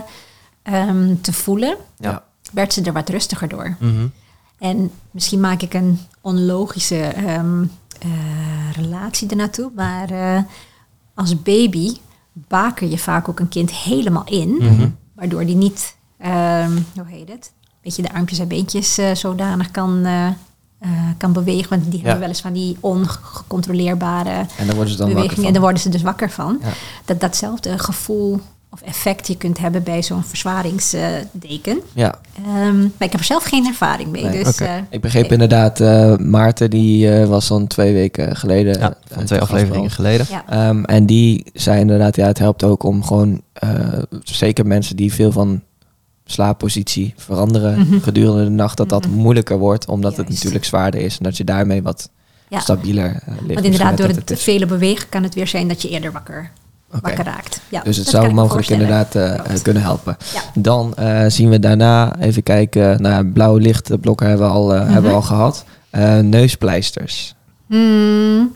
um, te voelen... Ja. werd ze er wat rustiger door. Mm-hmm. En misschien maak ik een onlogische... Um, Uh, relatie ernaartoe. Maar uh, als baby baker je vaak ook een kind helemaal in. Mm-hmm. Waardoor die niet, uh, hoe heet het? Beetje de armpjes en beentjes uh, zodanig kan, uh, uh, kan bewegen. Want die ja. hebben wel eens van die ongecontroleerbare en dan worden ze dan bewegingen. En dan worden ze dus wakker van. Ja. Dat datzelfde gevoel of effect je kunt hebben bij zo'n verzwaringsdeken. Ja. Um, maar ik heb er zelf geen ervaring mee. Nee, dus, okay. uh, ik begreep okay. inderdaad, uh, Maarten die uh, was dan twee weken geleden. Ja, van uh, twee afleveringen geleden. Ja. Um, en die zei inderdaad, ja, het helpt ook om gewoon, uh, zeker mensen die veel van slaappositie veranderen mm-hmm. gedurende de nacht, dat dat mm-hmm. moeilijker wordt, omdat Juist. het natuurlijk zwaarder is en dat je daarmee wat ja. stabieler uh, ligt. Want inderdaad, door het, het vele bewegen kan het weer zijn dat je eerder wakker Okay. wakker raakt. Ja, dus het zou mogelijk inderdaad uh, kunnen helpen. Ja. Dan uh, zien we daarna, even kijken, nou, blauwe lichtblokken hebben we al, uh, mm-hmm. hebben we al gehad. Uh, neuspleisters. Hmm.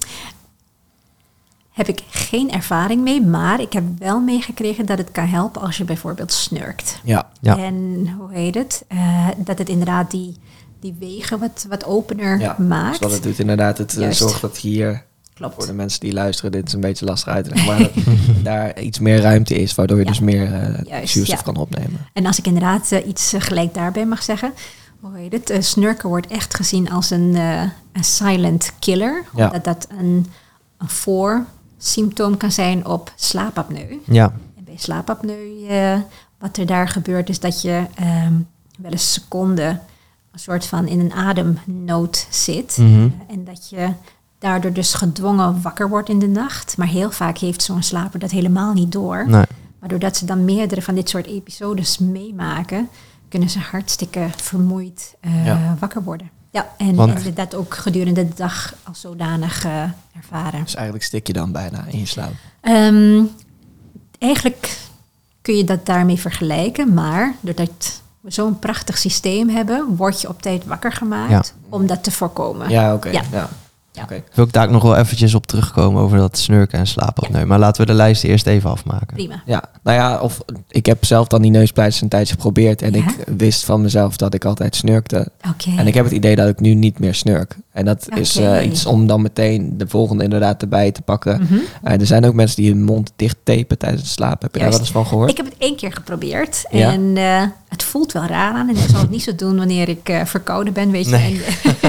Heb ik geen ervaring mee, maar ik heb wel meegekregen dat het kan helpen als je bijvoorbeeld snurkt. Ja. ja. En hoe heet het? Uh, dat het inderdaad die, die wegen wat, wat opener ja. maakt. Dus wat het doet inderdaad, het uh, zorgt dat hier... Klopt. Voor de mensen die luisteren, dit is een beetje lastig uit te leggen, maar dat daar iets meer ruimte is, waardoor je ja. dus meer uh, Juist, zuurstof ja. kan opnemen. En als ik inderdaad uh, iets uh, gelijk daarbij mag zeggen, hoe heet het? Uh, snurken wordt echt gezien als een, uh, een silent killer, ja. omdat dat een, een voorsymptoom kan zijn op slaapapneu. Ja. En bij slaapapneu, uh, wat er daar gebeurt, is dat je um, wel eens seconden een soort van in een ademnood zit mm-hmm. uh, en dat je daardoor dus gedwongen wakker wordt in de nacht. Maar heel vaak heeft zo'n slaper dat helemaal niet door. Nee. Maar doordat ze dan meerdere van dit soort episodes meemaken, kunnen ze hartstikke vermoeid uh, ja. wakker worden. Ja, en, Want, en dat ook gedurende de dag als zodanig uh, ervaren. Dus eigenlijk stik je dan bijna in je slaap? Um, eigenlijk kun je dat daarmee vergelijken. Maar doordat we zo'n prachtig systeem hebben, word je op tijd wakker gemaakt ja. om dat te voorkomen. Ja, oké. Okay. Ja. Ja. Ja. Okay. Wil ik daar ook nog wel eventjes op terugkomen over dat snurken en slaapapneu. Ja. Maar laten we de lijst eerst even afmaken. Prima. Ja, nou ja, of ik heb zelf dan die neuspleisters een tijdje geprobeerd. En ja? ik wist van mezelf dat ik altijd snurkte. Okay. En ik heb het idee dat ik nu niet meer snurk. En dat okay. is uh, iets om dan meteen de volgende inderdaad erbij te pakken. Mm-hmm. Uh, er zijn ook mensen die hun mond dicht tapen tijdens het slapen. Heb je Juist. daar wel eens van gehoord? Ik heb het één keer geprobeerd. Ja? En uh, het voelt wel raar aan. En ik zal het niet zo doen wanneer ik uh, verkouden ben, weet je. Nee.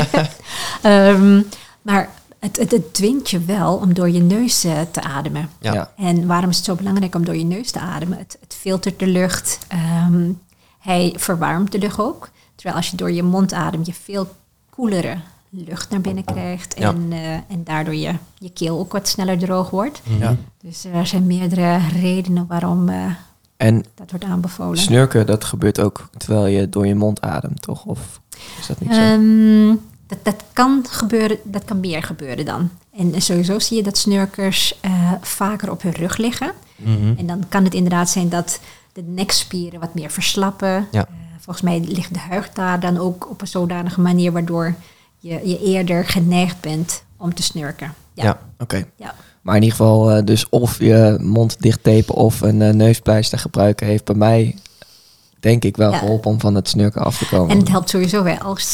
En, um, maar... Het, het, het dwingt je wel om door je neus uh, te ademen. Ja. En waarom is het zo belangrijk om door je neus te ademen? Het, het filtert de lucht. Um, hij verwarmt de lucht ook. Terwijl als je door je mond ademt, je veel koelere lucht naar binnen krijgt. Ja. En, uh, en daardoor je, je keel ook wat sneller droog wordt. Ja. Dus er zijn meerdere redenen waarom uh, en dat wordt aanbevolen. Snurken, dat gebeurt ook terwijl je door je mond ademt, toch? Of is dat niet zo? Um, Dat, dat kan gebeuren, dat kan meer gebeuren dan. En sowieso zie je dat snurkers uh, vaker op hun rug liggen. Mm-hmm. En dan kan het inderdaad zijn dat de nekspieren wat meer verslappen. Ja. Uh, volgens mij ligt de huid daar dan ook op een zodanige manier waardoor je, je eerder geneigd bent om te snurken. Ja, ja oké. Okay. Ja. Maar in ieder geval uh, dus of je mond dicht tapen of een uh, neuspleister gebruiken heeft bij mij denk ik wel ja. geholpen om van het snurken af te komen. En het helpt sowieso wel als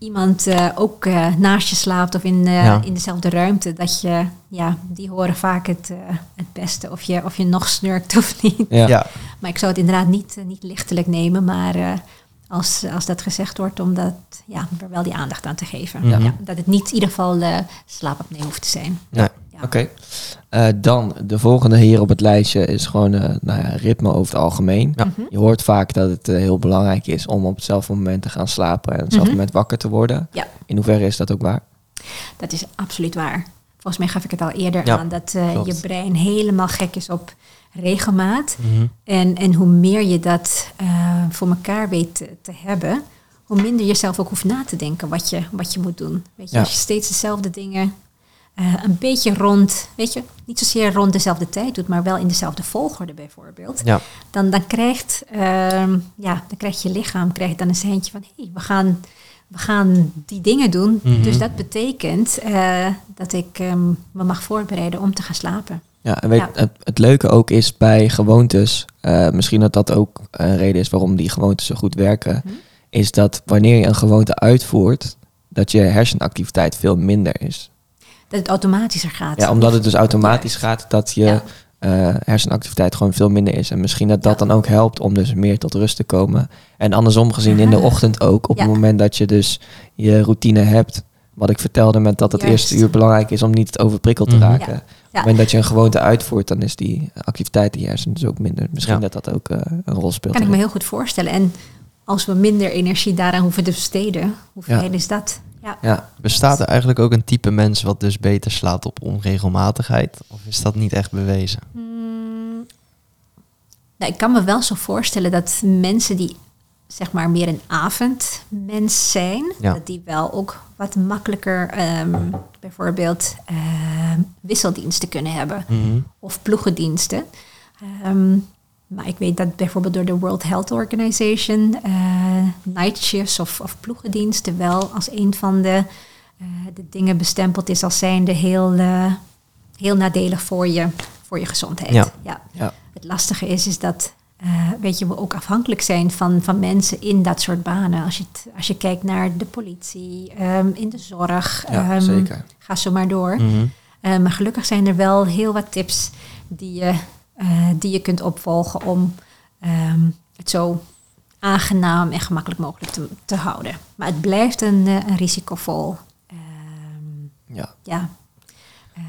iemand uh, ook uh, naast je slaapt of in, uh, Ja. in dezelfde ruimte, dat je, ja, die horen vaak het, uh, het beste. Of je, of je nog snurkt of niet. Ja. Ja. Maar ik zou het inderdaad niet, uh, niet lichtelijk nemen, maar uh, als, als dat gezegd wordt, om dat, ja, er wel die aandacht aan te geven. Mhm. Ja, dat het niet in ieder geval uh, slaapapnee hoeft te zijn. Nee. Ja. Oké. Okay. Uh, dan, de volgende hier op het lijstje is gewoon uh, nou ja, ritme over het algemeen. Ja. Mhm. Je hoort vaak dat het uh, heel belangrijk is om op hetzelfde moment te gaan slapen en op hetzelfde Mhm. moment wakker te worden. Ja. In hoeverre is dat ook waar? Dat is absoluut waar. Volgens mij gaf ik het al eerder Ja, aan, dat uh, klopt. je brein helemaal gek is op regelmaat. Mhm. En, en hoe meer je dat uh, voor elkaar weet te, te hebben, hoe minder je zelf ook hoeft na te denken wat je, wat je moet doen. Weet je, Ja. als je steeds dezelfde dingen uh, een beetje rond, weet je, niet zozeer rond dezelfde tijd doet, maar wel in dezelfde volgorde bijvoorbeeld, Ja. dan, dan, krijgt, uh, ja, dan krijgt je lichaam krijgt dan een seintje van, hé, hey, we gaan... We gaan die dingen doen. Mhm. Dus dat betekent uh, dat ik um, me mag voorbereiden om te gaan slapen. Ja, en weet, Ja. Het, het leuke ook is bij gewoontes, uh, misschien dat dat ook een reden is waarom die gewoontes zo goed werken, Mhm. is dat wanneer je een gewoonte uitvoert, dat je hersenactiviteit veel minder is. Dat het automatischer gaat. Ja, omdat het dus automatisch Juist. gaat dat je Ja. uh, hersenactiviteit gewoon veel minder is. En misschien dat dat Ja. dan ook helpt om dus meer tot rust te komen. En andersom gezien in de Aha. ochtend ook, op Ja. het moment dat je dus je routine hebt, wat ik vertelde met dat het Juist. eerste uur belangrijk is om niet overprikkeld te Mhm. raken. Ja. Op Ja. het moment dat je een gewoonte uitvoert, dan is die activiteit in je hersenen dus ook minder. Misschien Ja. dat dat ook uh, een rol speelt. Kan ik me heel goed voorstellen. En als we minder energie daaraan hoeven te besteden, hoe Ja. fijn is dat? Ja. Ja, Bestaat er eigenlijk ook een type mens wat dus beter slaat op onregelmatigheid? Of is dat niet echt bewezen? Hmm. Nou, ik kan me wel zo voorstellen dat mensen die zeg maar meer een avondmens zijn, Ja. dat die wel ook wat makkelijker um, bijvoorbeeld um, wisseldiensten kunnen hebben. Mhm. Of ploegendiensten. Um, maar ik weet dat bijvoorbeeld door de World Health Organization uh, night shifts of, of ploegendiensten wel als een van de, uh, de dingen bestempeld is als zijnde heel, uh, heel nadelig voor je, voor je gezondheid. Ja. Ja. Ja. Het lastige is, is dat uh, weet je, we ook afhankelijk zijn van, van mensen in dat soort banen. Als je, t, als je kijkt naar de politie, um, in de zorg, ja um, zeker. ga zo maar door. Mhm. Uh, maar gelukkig zijn er wel heel wat tips die je, uh, die je kunt opvolgen om um, het zo aangenaam en gemakkelijk mogelijk te, te houden. Maar het blijft een, uh, een risicovol um, Ja, ja, uh,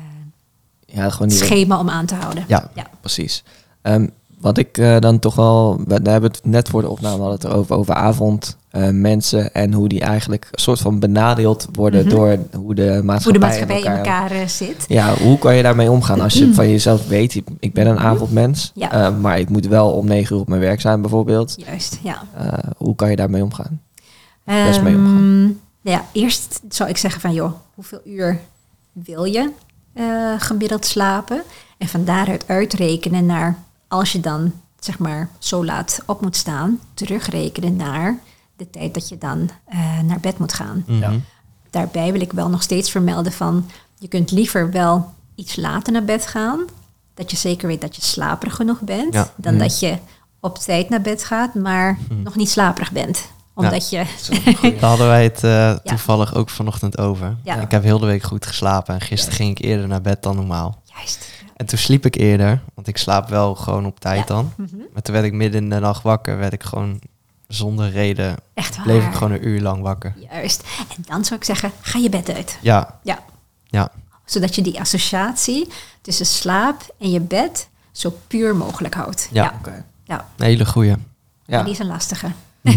ja gewoon die schema om aan te houden. Ja. Ja. precies. Um, wat ik uh, dan toch wel, we we hebben het net voor de opname hadden het erover over avond uh, mensen en hoe die eigenlijk een soort van benadeeld worden Mm-hmm. door hoe de maatschappij, Hoe de maatschappij in in elkaar, elkaar uh, zit. Ja, hoe kan je daarmee omgaan als je van jezelf weet, ik- ik ben een avondmens, Ja. uh, maar ik moet wel om negen uur op mijn werk zijn bijvoorbeeld. Juist, ja. Uh, hoe kan je daarmee omgaan? Best mee omgaan. Um, ja, eerst zou ik zeggen van, joh, hoeveel uur wil je uh, gemiddeld slapen? En van daaruit uitrekenen naar, als je dan zeg maar zo laat op moet staan, terugrekenen naar de tijd dat je dan uh, naar bed moet gaan. Mhm. Ja. Daarbij wil ik wel nog steeds vermelden van, je kunt liever wel iets later naar bed gaan, dat je zeker weet dat je slaperig genoeg bent, Ja. dan Mhm. dat je op tijd naar bed gaat, maar Mhm. nog niet slaperig bent. Omdat je... Daar hadden wij het uh, toevallig ook vanochtend over. Ja. Ik heb heel de week goed geslapen en gisteren ging ik eerder naar bed dan normaal. Juist. En toen sliep ik eerder, want ik slaap wel gewoon op tijd Ja. dan. Mhm. Maar toen werd ik midden in de nacht wakker, werd ik gewoon zonder reden, Echt waar. bleef ik gewoon een uur lang wakker. Juist. En dan zou ik zeggen, ga je bed uit. Ja, Ja. ja, Zodat je die associatie tussen slaap en je bed zo puur mogelijk houdt. Ja. Ja. Oké. Ja. een hele goeie. Maar Ja. die is een lastige.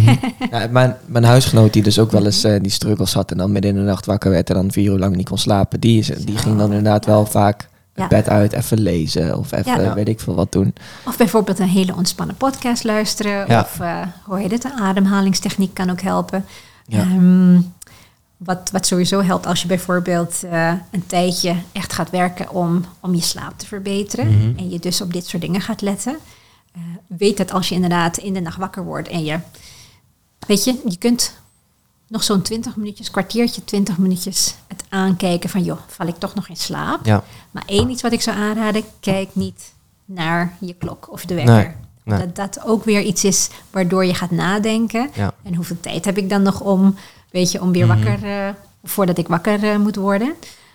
Ja, mijn, mijn huisgenoot die dus ook wel eens uh, die struggles had en dan midden in de nacht wakker werd en dan vier uur lang niet kon slapen, die, is, die ging dan inderdaad wel vaak het Ja. bed uit, even lezen of even Ja. weet ik veel wat doen. Of bijvoorbeeld een hele ontspannen podcast luisteren. Ja. Of uh, hoe heet het, een ademhalingstechniek kan ook helpen. Ja. Um, wat, wat sowieso helpt als je bijvoorbeeld uh, een tijdje echt gaat werken om, om je slaap te verbeteren. Mhm. En je dus op dit soort dingen gaat letten. Uh, weet dat als je inderdaad in de nacht wakker wordt en je... Weet je, je kunt nog zo'n twintig minuutjes, kwartiertje, twintig minuutjes het aankijken van, joh, val ik toch nog in slaap? Ja, Maar één iets wat ik zou aanraden, kijk niet naar je klok of de wekker. Nee, nee. Dat dat ook weer iets is waardoor je gaat nadenken. ja. En hoeveel tijd heb ik dan nog om Weet je, om weer Mhm. wakker, uh, voordat ik wakker uh, moet worden.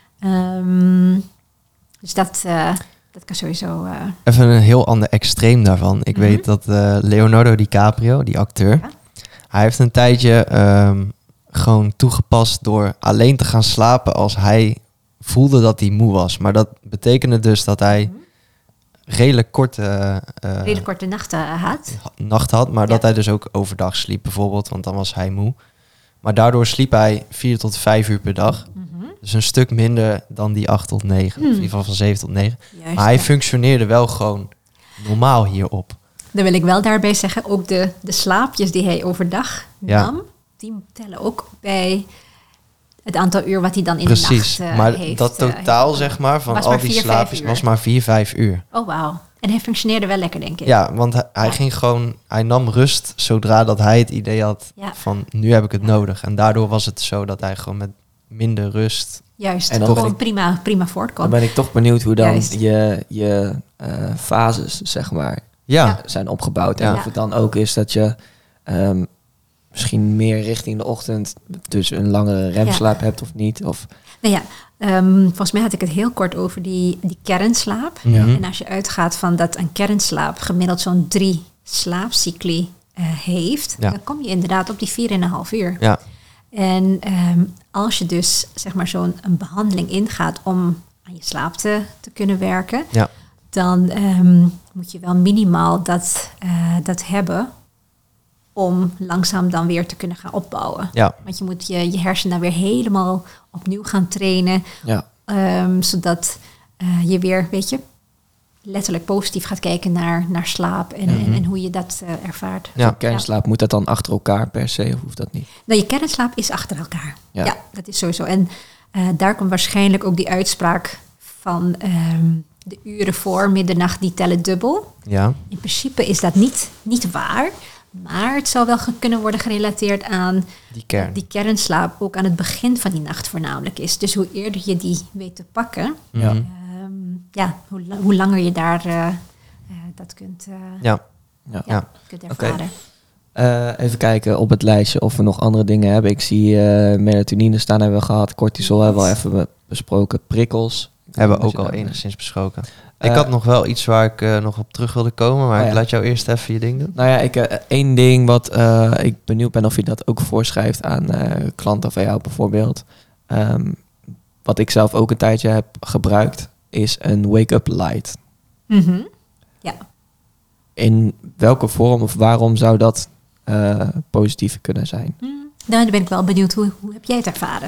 Um, dus dat, uh, dat kan sowieso... Uh... Even een heel ander extreem daarvan. Ik Mhm. weet dat uh, Leonardo DiCaprio, die acteur, Ja. hij heeft een tijdje um, gewoon toegepast door alleen te gaan slapen als hij voelde dat hij moe was. Maar dat betekende dus dat hij Mhm. redelijk korte, uh, redelijk korte nachten had. nacht had, maar Ja. dat hij dus ook overdag sliep bijvoorbeeld, want dan was hij moe. Maar daardoor sliep hij vier tot vijf uur per dag. Mm-hmm. Dus een stuk minder dan die acht tot negen. Hmm. Of in ieder geval van zeven tot negen. Juist, Maar hij ja. functioneerde wel gewoon normaal hierop. Dan wil ik wel daarbij zeggen, ook de, de slaapjes die hij overdag Ja. nam, die tellen ook bij het aantal uur wat hij dan in Precies, de nacht uh, maar heeft. dat uh, totaal heeft. zeg maar van Was al maar die vier, vijf slaapjes uur. was maar vier, vijf uur. Oh, wauw. En hij functioneerde wel lekker, denk ik. Ja, want hij, hij Ja. ging gewoon, hij nam rust zodra dat hij het idee had Ja. van nu heb ik het Ja. nodig. En daardoor was het zo dat hij gewoon met minder rust. Juist, En dan gewoon ben ik- prima, prima voortkomt. Dan ben ik toch benieuwd hoe dan Juist. je, je uh, fases, zeg maar, Ja, Ja. zijn opgebouwd. En Ja. of het dan ook is dat je um, misschien meer richting de ochtend, dus een langere remslaap hebt of niet. Of, Nou ja, um, volgens mij had ik het heel kort over die, die kernslaap. Mhm. En als je uitgaat van dat een kernslaap gemiddeld zo'n drie slaapcycli uh, heeft, Ja. dan kom je inderdaad op die vier en een half uur. ja, En um, als je dus zeg maar zo'n een behandeling ingaat om aan je slaap te, te kunnen werken, ja, dan um, moet je wel minimaal dat, uh, dat hebben om langzaam dan weer te kunnen gaan opbouwen. ja, Want je moet je, je hersenen dan weer helemaal opnieuw gaan trainen, ja. um, zodat uh, je weer, weet je, letterlijk positief gaat kijken naar, naar slaap en, Mhm. en, en hoe je dat uh, ervaart. ja. Kernslaap, moet dat dan achter elkaar per se of hoeft dat niet? Nou, je kernslaap is achter elkaar. Ja. Ja, dat is sowieso. En uh, daar komt waarschijnlijk ook die uitspraak van um, de uren voor middernacht, die tellen dubbel. ja. In principe is dat niet, niet waar, maar het zou wel ge- kunnen worden gerelateerd aan Die kern. die kernslaap ook aan het begin van die nacht voornamelijk is. Dus hoe eerder je die weet te pakken, Mhm. Ja. um, ja, hoe, la- hoe langer je daar uh, uh, dat kunt, uh, Ja. Ja. Ja. kunt Oké. ervaren. Uh, even kijken op het lijstje of we nog andere dingen hebben. Ik zie uh, melatonine staan hebben we gehad. Cortisol Yes. hebben we al even besproken. Prikkels. Hebben we Als ook je al daar- enigszins besproken. Uh, ik had nog wel iets waar ik uh, nog op terug wilde komen, maar Oh, ik ja. laat jou eerst even je ding doen. Nou ja, ik, uh, één ding wat uh, ik benieuwd ben of je dat ook voorschrijft aan uh, klanten van jou bijvoorbeeld. Um, wat ik zelf ook een tijdje heb gebruikt, is een wake-up light. Mm-hmm. Ja. In welke vorm of waarom zou dat uh, positief kunnen zijn? Mm. Nou, dan ben ik wel benieuwd, hoe, hoe heb jij het ervaren?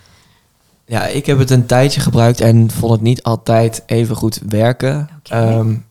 Ja, ik heb het een tijdje gebruikt en vond het niet altijd even goed werken. Oké. Um,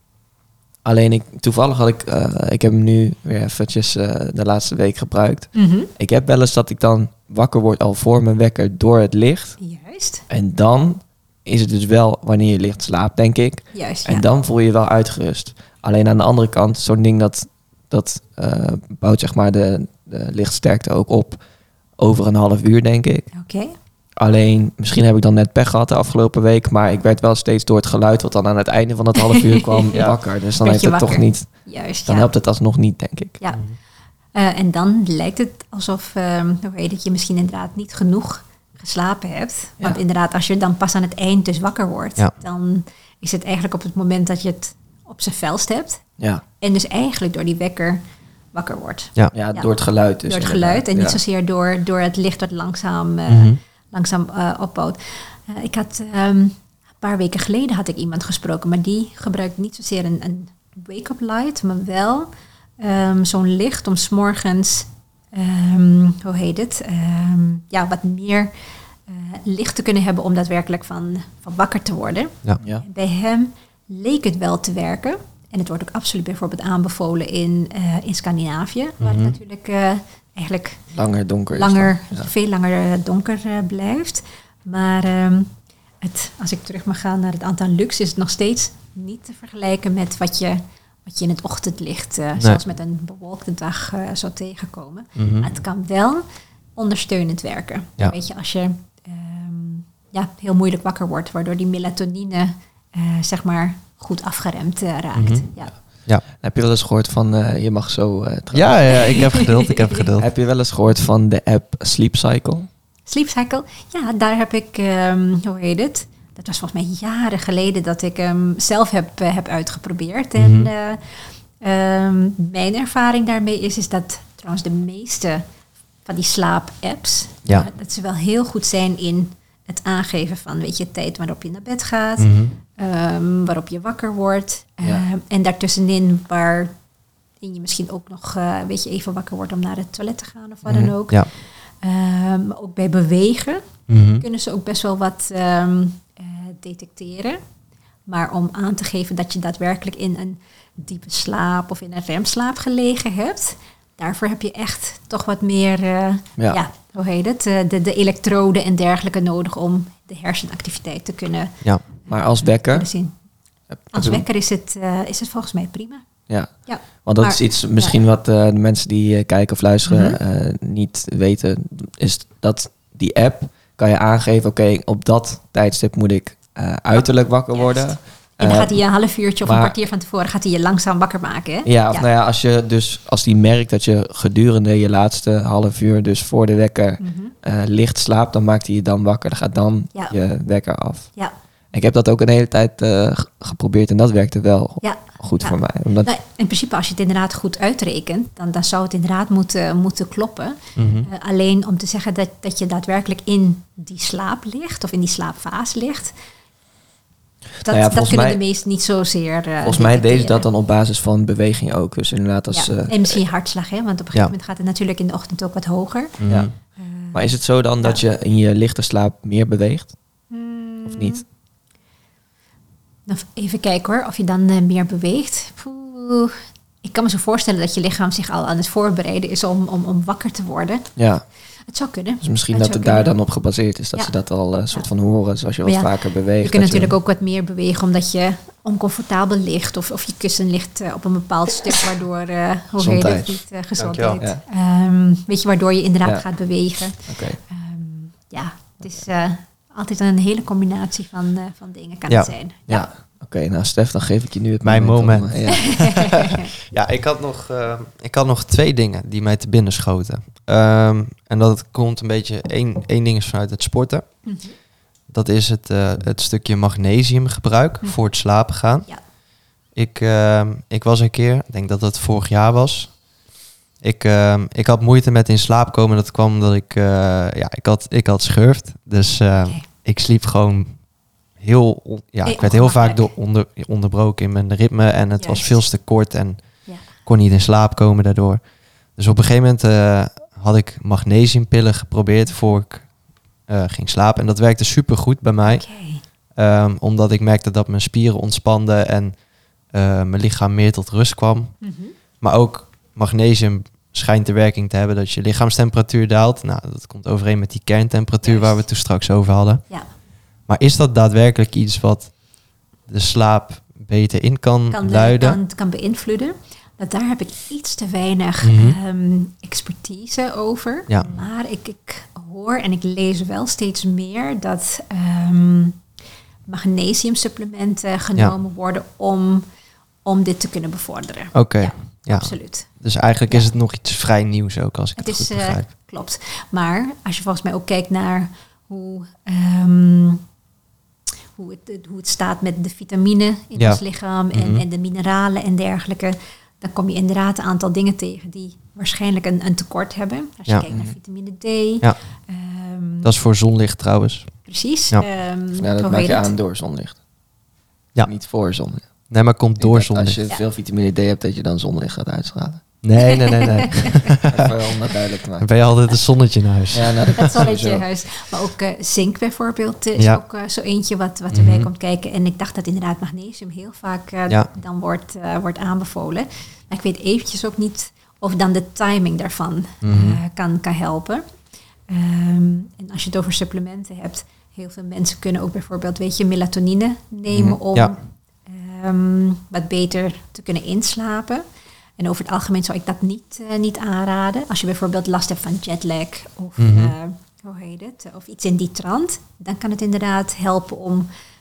alleen ik, toevallig had ik, uh, ik heb hem nu weer eventjes uh, de laatste week gebruikt. Mm-hmm. Ik heb wel eens dat ik dan wakker word al voor mijn wekker door het licht. Juist, En dan is het dus wel wanneer je licht slaapt, denk ik. juist, En ja. dan voel je je wel uitgerust. Alleen aan de andere kant, zo'n ding dat, dat uh, bouwt zeg maar de, de lichtsterkte ook op over een half uur, denk ik. Oké. Alleen, misschien heb ik dan net pech gehad de afgelopen week, maar ik werd wel steeds door het geluid wat dan aan het einde van het half uur kwam Ja. wakker. Dus dan Werd heeft je het toch wakker. niet, Juist, dan ja. helpt het alsnog niet, denk ik. Ja. Uh, en dan lijkt het alsof um, hoe heet het, je misschien inderdaad niet genoeg geslapen hebt. Ja. Want inderdaad, als je dan pas aan het eind dus wakker wordt, Ja. dan is het eigenlijk op het moment dat je het op zijn velst hebt. Ja, En dus eigenlijk door die wekker wakker wordt. Ja. ja, Ja. door het geluid dus. door het inderdaad. geluid en niet Ja. zozeer door, door het licht dat langzaam, uh, Mhm. langzaam uh, opbouwt. Uh, ik had um, een paar weken geleden had ik iemand gesproken, maar die gebruikt niet zozeer een, een wake-up light, maar wel um, zo'n licht om 's morgens, um, hoe heet het, um, ja, wat meer uh, licht te kunnen hebben om daadwerkelijk van, van wakker te worden. Ja. Ja. Bij hem leek het wel te werken. En het wordt ook absoluut bijvoorbeeld aanbevolen in, uh, in Scandinavië, waar Mhm. het natuurlijk uh, eigenlijk Langer donker is langer, dan. Ja. veel langer uh, donker uh, blijft. Maar um, het, als ik terug mag gaan naar het aantal lux, is het nog steeds niet te vergelijken met wat je, wat je in het ochtendlicht, uh, Nee. zelfs met een bewolkte dag, uh, zou tegenkomen. Mhm. Maar het kan wel ondersteunend werken. Ja. Weet je, als je um, ja, heel moeilijk wakker wordt, waardoor die melatonine uh, zeg maar goed afgeremd uh, raakt. Mhm. Ja. Ja. Heb je wel eens gehoord van, uh, je mag zo... Uh, ja, ja, ik heb geduld, ik heb geduld. Heb je wel eens gehoord van de app Sleep Cycle? Sleep Cycle? Ja, daar heb ik, um, hoe heet het? Dat was volgens mij jaren geleden dat ik hem um, zelf heb, uh, heb uitgeprobeerd. Mm-hmm. En uh, um, mijn ervaring daarmee is, is dat trouwens de meeste van die slaap-apps, ja. uh, dat ze wel heel goed zijn in het aangeven van, weet je, tijd waarop je naar bed gaat, mm-hmm. um, waarop je wakker wordt. Ja. Um, en daartussenin waar je misschien ook nog, uh, weet je, even wakker wordt om naar het toilet te gaan of wat mm-hmm. dan ook. Ja. Um, ook bij bewegen mm-hmm. kunnen ze ook best wel wat um, uh, detecteren. Maar om aan te geven dat je daadwerkelijk in een diepe slaap of in een remslaap gelegen hebt, daarvoor heb je echt toch wat meer, uh, ja. ja, hoe heet het, uh, de, de elektroden en dergelijke nodig om de hersenactiviteit te kunnen, ja. Maar als wekker? zien. Als wekker is het, uh, is het volgens mij prima. Ja, ja. want dat maar, is iets misschien ja. wat uh, de mensen die uh, kijken of luisteren mm-hmm. uh, niet weten, is dat die app kan je aangeven, oké, okay, op dat tijdstip moet ik uh, uiterlijk wakker Juist. worden. En dan gaat hij je een half uurtje of maar, een kwartier van tevoren gaat hij je langzaam wakker maken. Hè? Ja, of ja. nou ja, als je dus als die merkt dat je gedurende je laatste half uur, dus voor de wekker, mm-hmm. uh, licht slaapt, dan maakt hij je dan wakker. Dan gaat dan ja. je wekker af. Ja. Ik heb dat ook een hele tijd uh, geprobeerd en dat werkte wel ja. goed ja. voor mij. Omdat nou, in principe, als je het inderdaad goed uitrekent, dan, dan zou het inderdaad moeten, moeten kloppen. Mm-hmm. Uh, alleen om te zeggen dat, dat je daadwerkelijk in die slaap ligt of in die slaapfase ligt. Dat, nou ja, dat kunnen mij, de meesten niet zozeer. Uh, volgens mij deed dat dan op basis van beweging ook. Dus inderdaad als. Ja. Uh, en misschien hartslag, hè? Want op een gegeven ja. moment gaat het natuurlijk in de ochtend ook wat hoger. Mm. Ja. Uh, maar is het zo dan ja. dat je in je lichte slaap meer beweegt? Mm. Of niet? Nou, even kijken hoor, of je dan uh, meer beweegt. Poeh. Ik kan me zo voorstellen dat je lichaam zich al aan het voorbereiden is om, om, om wakker te worden. Ja. Het zou kunnen. Dus misschien het dat het kunnen. daar dan op gebaseerd is. Dat ja. ze dat al een uh, soort ja. van horen. Zoals je wat ja. vaker beweegt. Je kunt natuurlijk je... ook wat meer bewegen omdat je oncomfortabel ligt. Of, of je kussen ligt uh, op een bepaald stuk waardoor, uh, hoe heet het, niet uh, gezondheid. Ja. Um, weet je, waardoor je inderdaad ja. gaat bewegen. Okay. Um, ja, het is uh, altijd een hele combinatie van, uh, van dingen kan ja. het zijn. Ja. ja. Oké, okay, nou Stef, dan geef ik je nu het Mijn moment. moment. Om, ja, ja ik, had nog, uh, ik had nog twee dingen die mij te binnen schoten. Um, en dat komt een beetje, één, één ding is vanuit het sporten. Mm-hmm. Dat is het, uh, het stukje magnesiumgebruik mm-hmm. voor het slapen gaan. Ja. Ik, uh, ik was een keer, ik denk dat dat vorig jaar was. Ik, uh, ik had moeite met in slaap komen. Dat kwam omdat ik, uh, ja, ik had, ik had schurft. Dus uh, okay. ik sliep gewoon... Heel, ja, ik werd heel vaak door onder, onderbroken in mijn ritme en het Juist. was veel te kort en ja. kon niet in slaap komen daardoor. Dus op een gegeven moment uh, had ik magnesiumpillen geprobeerd voor ik uh, ging slapen. En dat werkte supergoed bij mij. Okay. Um, omdat ik merkte dat mijn spieren ontspanden en uh, mijn lichaam meer tot rust kwam. Mm-hmm. Maar ook magnesium schijnt de werking te hebben dat je lichaamstemperatuur daalt. Nou, dat komt overeen met die kerntemperatuur Juist. waar we het toen straks over hadden. Ja. Maar is dat daadwerkelijk iets wat de slaap beter in kan, kan luiden? Kan, kan beïnvloeden. Dat daar heb ik iets te weinig mm-hmm. um, expertise over. Ja. Maar ik, ik hoor en ik lees wel steeds meer dat um, magnesiumsupplementen genomen ja. worden om, om dit te kunnen bevorderen. Oké. Okay. Ja, ja. Absoluut. Dus eigenlijk ja. is het nog iets vrij nieuws ook, als ik het, het goed is, begrijp. Uh, klopt. Maar als je volgens mij ook kijkt naar hoe... Um, Hoe het, hoe het staat met de vitamine in ja. ons lichaam en, mm-hmm. en de mineralen en dergelijke. Dan kom je inderdaad een aantal dingen tegen die waarschijnlijk een, een tekort hebben. Als je ja. kijkt naar vitamine D. Ja. Um, dat is voor zonlicht trouwens. Precies. Ja, um, ja dat maak je aan door zonlicht. Ja. Niet voor zonlicht. Nee, maar komt door zonlicht. Als je ja. veel vitamine D hebt, dat je dan zonlicht gaat uitstralen. Nee, nee, nee, nee. Even om dat duidelijk te maken. Ben je altijd een zonnetje in huis? Ja, nou, het zonnetje in huis. Maar ook uh, zink bijvoorbeeld is ja. ook uh, zo eentje wat, wat erbij mm-hmm. komt kijken. En ik dacht dat inderdaad magnesium heel vaak uh, ja. dan wordt, uh, wordt aanbevolen. Maar ik weet eventjes ook niet of dan de timing daarvan mm-hmm. uh, kan, kan helpen. Um, en als je het over supplementen hebt, heel veel mensen kunnen ook bijvoorbeeld, weet je, melatonine nemen mm-hmm. om ja. um, wat beter te kunnen inslapen. En over het algemeen zou ik dat niet, uh, niet aanraden. Als je bijvoorbeeld last hebt van jetlag of, mm-hmm. uh, hoe heet het, of iets in die trant, dan kan het inderdaad helpen om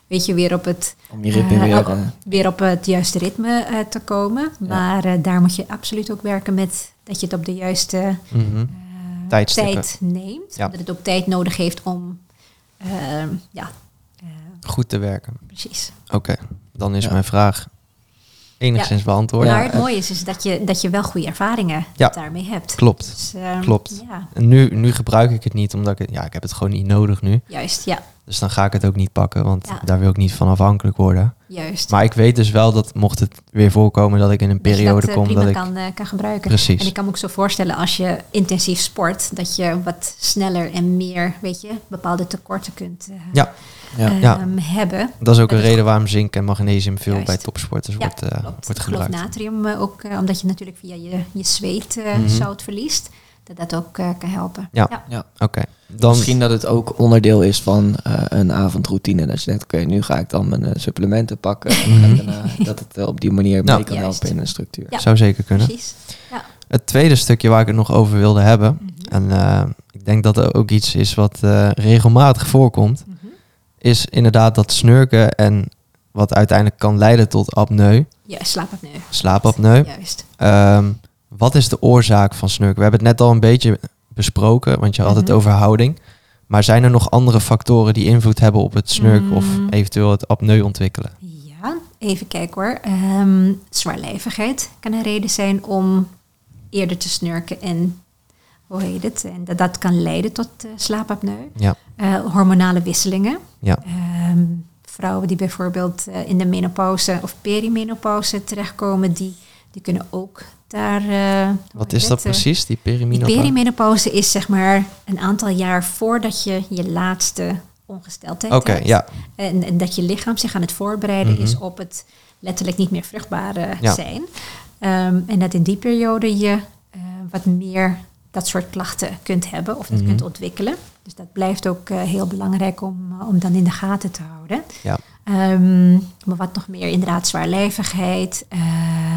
weet je, weer op het, Om je ritme uh, weer... ook Uh, weer op het juiste ritme uh, te komen. Ja. Maar uh, daar moet je absoluut ook werken met dat je het op de juiste Mhm. uh, Tijdstippen. tijd neemt. Ja. Dat het ook tijd nodig heeft om, uh, ja, uh, Goed te werken. precies. Oké, dan is Ja. mijn vraag enigszins beantwoord. Ja, maar het uh, mooie is, is dat, je, dat je wel goede ervaringen Ja. daarmee hebt. Klopt. Dus, uh, Klopt. Ja, En nu, nu gebruik ik het niet, omdat ik het, ja, ik heb het gewoon niet nodig nu. juist, ja, Dus dan ga ik het ook niet pakken, want Ja. daar wil ik niet van afhankelijk worden. juist. Maar ik weet dus wel dat mocht het weer voorkomen dat ik in een Dat je periode dat uh, kom prima dat ik... kan, uh, kan gebruiken. Precies. En ik kan me ook zo voorstellen als je intensief sport, dat je wat sneller en meer, weet je, bepaalde tekorten kunt uh, Ja. ja. um, Ja. hebben. Dat is ook Dat een is reden waarom zink en magnesium veel Juist. bij topsporters Ja, wordt, uh, klopt. wordt Ik geloof gebruikt. natrium uh, ook, uh, omdat je natuurlijk via je, je zweet uh, Mhm. zout verliest, dat dat ook uh, kan helpen. Ja. ja. ja. Oké, dan... Misschien dat het ook onderdeel is van uh, een avondroutine. Dat je denkt, oké, nu ga ik dan mijn uh, supplementen pakken. Mhm. En daarna, dat het uh, op die manier mee Ja. kan Juist. helpen in een structuur. Ja. Zou zeker kunnen. Precies. Ja. Het tweede stukje waar ik het nog over wilde hebben... Mhm. en uh, ik denk dat er ook iets is wat uh, regelmatig voorkomt... Mhm. is inderdaad dat snurken en wat uiteindelijk kan leiden tot apneu, Ja, slaapapneu. slaapapneu. Juist. Um, wat is de oorzaak van snurken? We hebben het net al een beetje besproken, want je had het Mhm. over houding. Maar zijn er nog andere factoren die invloed hebben op het snurken of Mm. eventueel het apneu ontwikkelen? Ja, even kijken hoor. Um, zwaarlijvigheid kan een reden zijn om eerder te snurken en hoe heet het? En dat, dat kan leiden tot uh, slaapapneu. Ja. Uh, hormonale wisselingen. Ja. Um, vrouwen die bijvoorbeeld uh, in de menopauze of perimenopauze terechtkomen, die, die kunnen ook daar... Uh, Wat is dat het, uh, precies, die Die perimenopauze? perimenopauze is zeg maar een aantal jaar voordat je je laatste ongesteldheid Oké, hebt. ja. En, en dat je lichaam zich aan het voorbereiden Mhm. is op het letterlijk niet meer vruchtbare Ja. zijn. Um, en dat in die periode je uh, wat meer dat soort klachten kunt hebben of dat Mhm. kunt ontwikkelen. Dus dat blijft ook uh, heel belangrijk om, uh, om dan in de gaten te houden. Ja. Um, maar wat nog meer, inderdaad zwaarlijvigheid, uh,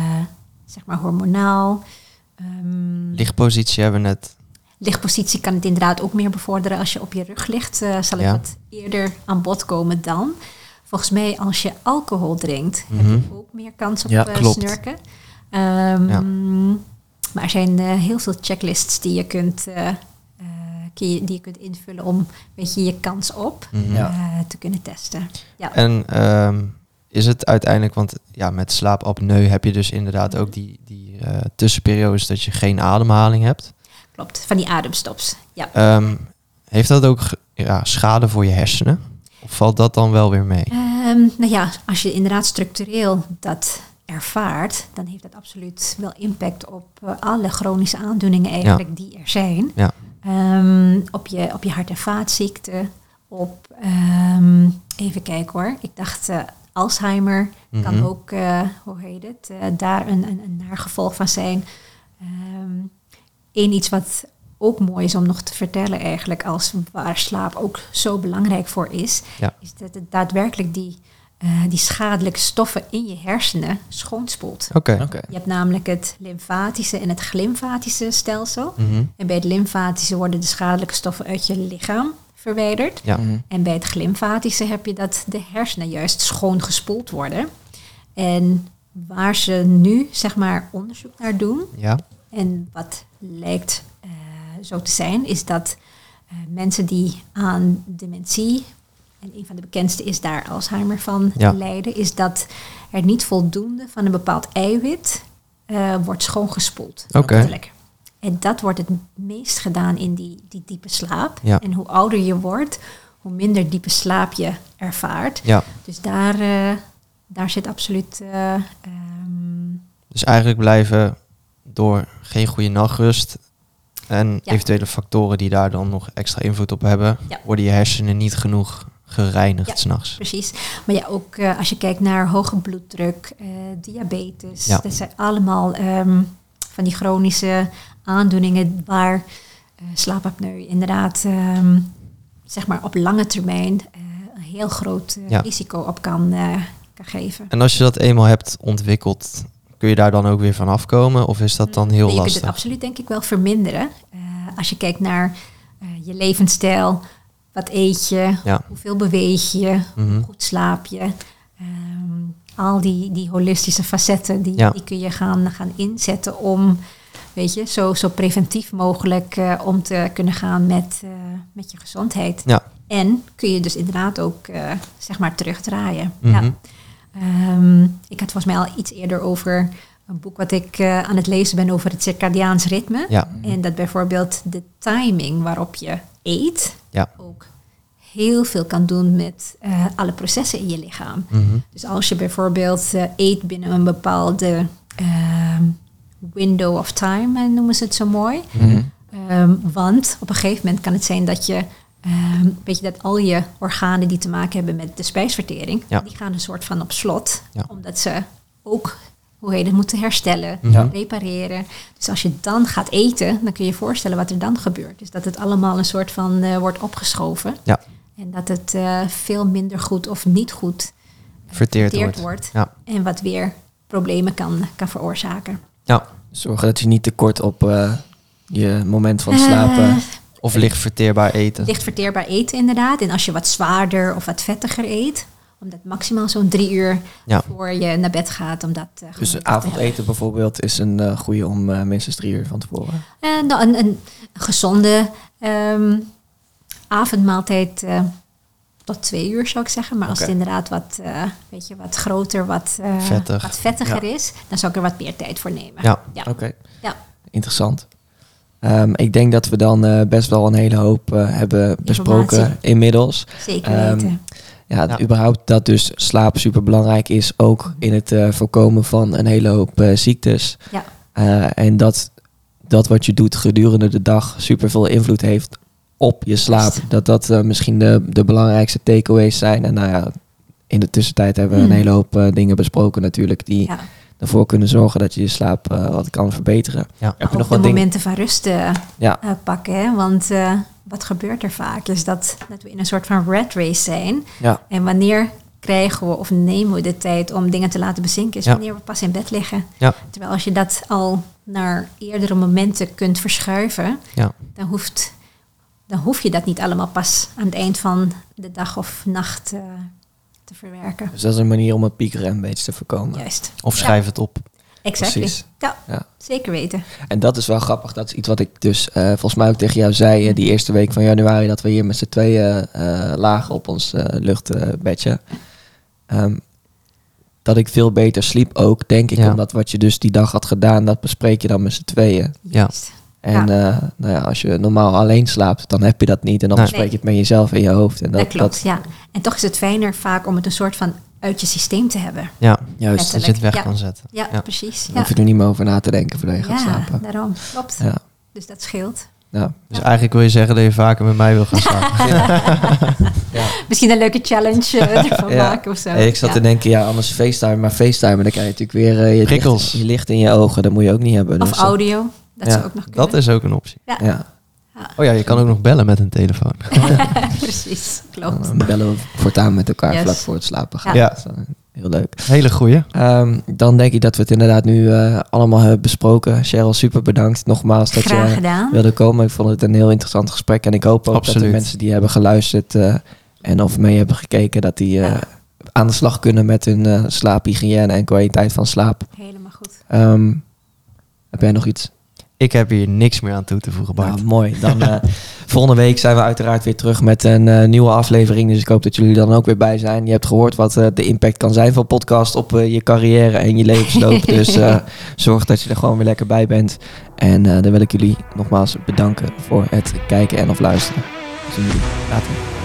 zeg maar hormonaal. Um, Lichtpositie hebben we net. Lichtpositie kan het inderdaad ook meer bevorderen. Als je op je rug ligt, uh, zal het Ja. wat eerder aan bod komen dan. Volgens mij, als je alcohol drinkt, heb Mhm. je ook meer kans op Ja, uh, klopt. snurken. Um, Ja. Maar er zijn uh, heel veel checklists die je kunt, uh, uh, die je kunt invullen om weet je, je kans op Mhm. Ja. uh, te kunnen testen. Ja. En um, is het uiteindelijk, want ja, met slaapapneu heb je dus inderdaad ook die, die uh, tussenperiodes dat je geen ademhaling hebt. Klopt, van die ademstops. Ja. Um, heeft dat ook ge- ja, schade voor je hersenen? Of valt dat dan wel weer mee? Um, nou ja, als je inderdaad structureel dat ervaart, dan heeft dat absoluut wel impact op uh, alle chronische aandoeningen eigenlijk die er zijn. Ja. Um, op, je, op je hart- en vaatziekten, op, um, even kijken hoor, ik dacht uh, Alzheimer Mhm. kan ook, uh, hoe heet het, uh, daar een, een, een nagevolg van zijn. Um, Eén iets wat ook mooi is om nog te vertellen eigenlijk, als waar slaap ook zo belangrijk voor is, Ja. is dat het daadwerkelijk die, uh, die schadelijke stoffen in je hersenen schoonspoelt. Oké. Oké. Je hebt namelijk het lymfatische en het glymfatische stelsel. Mhm. En bij het lymfatische worden de schadelijke stoffen uit je lichaam verwijderd. Ja. Mhm. En bij het glymfatische heb je dat de hersenen juist schoongespoeld worden. En waar ze nu zeg maar onderzoek naar doen, Ja. en wat lijkt uh, zo te zijn, is dat uh, mensen die aan dementie, en een van de bekendste is daar Alzheimer van Ja. lijden, is dat er niet voldoende van een bepaald eiwit uh, wordt schoongespoeld. Oké. Letterlijk. En dat wordt het meest gedaan in die, die diepe slaap. Ja. En hoe ouder je wordt, hoe minder diepe slaap je ervaart. Ja. Dus daar, uh, daar zit absoluut... Uh, um, Dus eigenlijk blijven door geen goede nachtrust en Ja. eventuele factoren die daar dan nog extra invloed op hebben, Ja. worden je hersenen niet genoeg gereinigd Ja. 's nachts. Precies. Maar ja, ook uh, als je kijkt naar hoge bloeddruk, uh, diabetes. Ja. Dat zijn allemaal um, van die chronische aandoeningen waar uh, slaapapneu inderdaad um, zeg maar op lange termijn uh, een heel groot uh, Ja. risico op kan, uh, kan geven. En als je dat eenmaal hebt ontwikkeld, kun je daar dan ook weer van afkomen? Of is dat dan heel Nee, je kunt lastig? het absoluut denk ik wel verminderen. Uh, als je kijkt naar uh, je levensstijl, wat eet je? Ja. Hoeveel beweeg je? Mhm. Goed slaap je? Um, al die, die holistische facetten, die, Ja. die kun je gaan, gaan inzetten om, weet je, zo, zo preventief mogelijk uh, om te kunnen gaan met, uh, met je gezondheid. Ja. En kun je dus inderdaad ook, uh, zeg maar, terugdraaien. Mhm. Ja. Um, ik had volgens mij al iets eerder over een boek wat ik uh, aan het lezen ben over het circadiaans ritme. Ja. En dat bijvoorbeeld de timing waarop je eet Ja. ook heel veel kan doen met uh, alle processen in je lichaam. Mhm. Dus als je bijvoorbeeld uh, eet binnen een bepaalde uh, window of time, uh, noemen ze het zo mooi. Mhm. Um, want op een gegeven moment kan het zijn dat je, um, weet je, dat al je organen die te maken hebben met de spijsvertering, Ja. die gaan een soort van op slot. Ja. Omdat ze ook, hoe heet het, moeten herstellen, Ja. repareren. Dus als je dan gaat eten, dan kun je je voorstellen wat er dan gebeurt. Dus dat het allemaal een soort van uh, wordt opgeschoven. Ja. En dat het uh, veel minder goed of niet goed uh, Verteerd wordt. wordt. Ja. En wat weer problemen kan, kan veroorzaken. Ja. Zorgen dat je niet tekort op uh, je moment van slapen... Uh, Of licht verteerbaar eten. Licht verteerbaar eten inderdaad. En als je wat zwaarder of wat vettiger eet, omdat maximaal zo'n drie uur Ja. voor je naar bed gaat. Om dat, uh, Dus gewoon te avondeten bijvoorbeeld is een uh, goede om uh, minstens drie uur van tevoren. hebben. Uh, nou, een, een gezonde um, avondmaaltijd uh, tot twee uur zou ik zeggen. Maar als Oké. het inderdaad wat, uh, weet je, wat groter, wat, uh, Vettig. wat vettiger Ja. is, dan zou ik er wat meer tijd voor nemen. Ja. Ja. Oké, okay. Ja. Interessant. Um, ik denk dat we dan uh, best wel een hele hoop uh, hebben besproken Informatie. inmiddels. Zeker Um, weten. Ja, Ja. überhaupt dat dus slaap super belangrijk is, ook in het uh, voorkomen van een hele hoop uh, ziektes. Ja. Uh, en dat, dat wat je doet gedurende de dag super veel invloed heeft op je slaap. Juist. Dat dat uh, misschien de, de belangrijkste takeaways zijn. En nou ja, in de tussentijd hebben we Mm. een hele hoop uh, dingen besproken natuurlijk die Ja. ervoor kunnen zorgen dat je je slaap uh, wat kan verbeteren. Ja. Heb je Ook nog de wat dingen? momenten van rust uh, Ja. uh, pakken. Hè? Want uh, wat gebeurt er vaak? Is dat, dat we in een soort van rat race zijn. Ja. En wanneer krijgen we of nemen we de tijd om dingen te laten bezinken? Is Ja. wanneer we pas in bed liggen. Ja. Terwijl als je dat al naar eerdere momenten kunt verschuiven, Ja. dan, hoeft, dan hoef je dat niet allemaal pas aan het eind van de dag of nacht uh, te verwerken. Dus dat is een manier om een piekeren een beetje te voorkomen. Juist. Of schrijf het op. Exactly. Precies. Ja, Ja. zeker weten. En dat is wel grappig. Dat is iets wat ik dus uh, volgens mij ook tegen jou zei uh, die eerste week van januari, dat we hier met z'n tweeën uh, lagen op ons uh, luchtbedje. Uh, um, dat ik veel beter sliep ook, denk ik. Ja. Omdat wat je dus die dag had gedaan, dat bespreek je dan met z'n tweeën. Ja. Juist. En Ja. uh, nou ja, als je normaal alleen slaapt, dan heb je dat niet. En dan Nee. bespreek je het met jezelf in je hoofd. En Dat, dat, klopt, dat- ja. En toch is het fijner vaak om het een soort van uit je systeem te hebben. Ja. Juist, Dat je het weg Ja. kan zetten. Ja, Ja. precies. dan Ja, hoef je er niet meer over na te denken voordat je gaat ja slapen. daarom. Klopt. Ja. Dus dat scheelt. Ja. Dus eigenlijk wil je zeggen dat je vaker met mij wil gaan slapen. Ja. Misschien een leuke challenge uh, ervan Ja. maken of zo. Hey, ik zat ja. te denken, ja, anders FaceTime, maar FaceTime, dan krijg je natuurlijk weer uh, je, Prikkels. licht, je licht in je ogen. Dat moet je ook niet hebben. Of dus, audio. Dat Ja, zou ook nog kunnen. Dat is ook een optie. Ja, Ja, Oh ja, je kan ook nog bellen met een telefoon. precies. Klopt. dan bellen we voortaan met elkaar Yes. vlak voor het slapen gaan. Ja. Dat is, uh, heel leuk. Hele goeie. Um, dan denk ik dat we het inderdaad nu uh, allemaal hebben besproken. Cheryl, super bedankt nogmaals dat Graag je gedaan. wilde komen. Ik vond het een heel interessant gesprek. En ik hoop ook dat Absoluut. de mensen die hebben geluisterd uh, en of mee hebben gekeken, dat die uh, Ja. aan de slag kunnen met hun uh, slaaphygiëne en kwaliteit van slaap. Helemaal goed. Um, heb jij nog iets? Ik heb hier niks meer aan toe te voegen, Bart. Nou, mooi. Dan uh, volgende week zijn we uiteraard weer terug met een uh, nieuwe aflevering. Dus ik hoop dat jullie dan ook weer bij zijn. Je hebt gehoord wat uh, de impact kan zijn van podcast op uh, je carrière en je levensloop. Dus uh, zorg dat je er gewoon weer lekker bij bent. En uh, dan wil ik jullie nogmaals bedanken voor het kijken en of luisteren. Zien jullie later.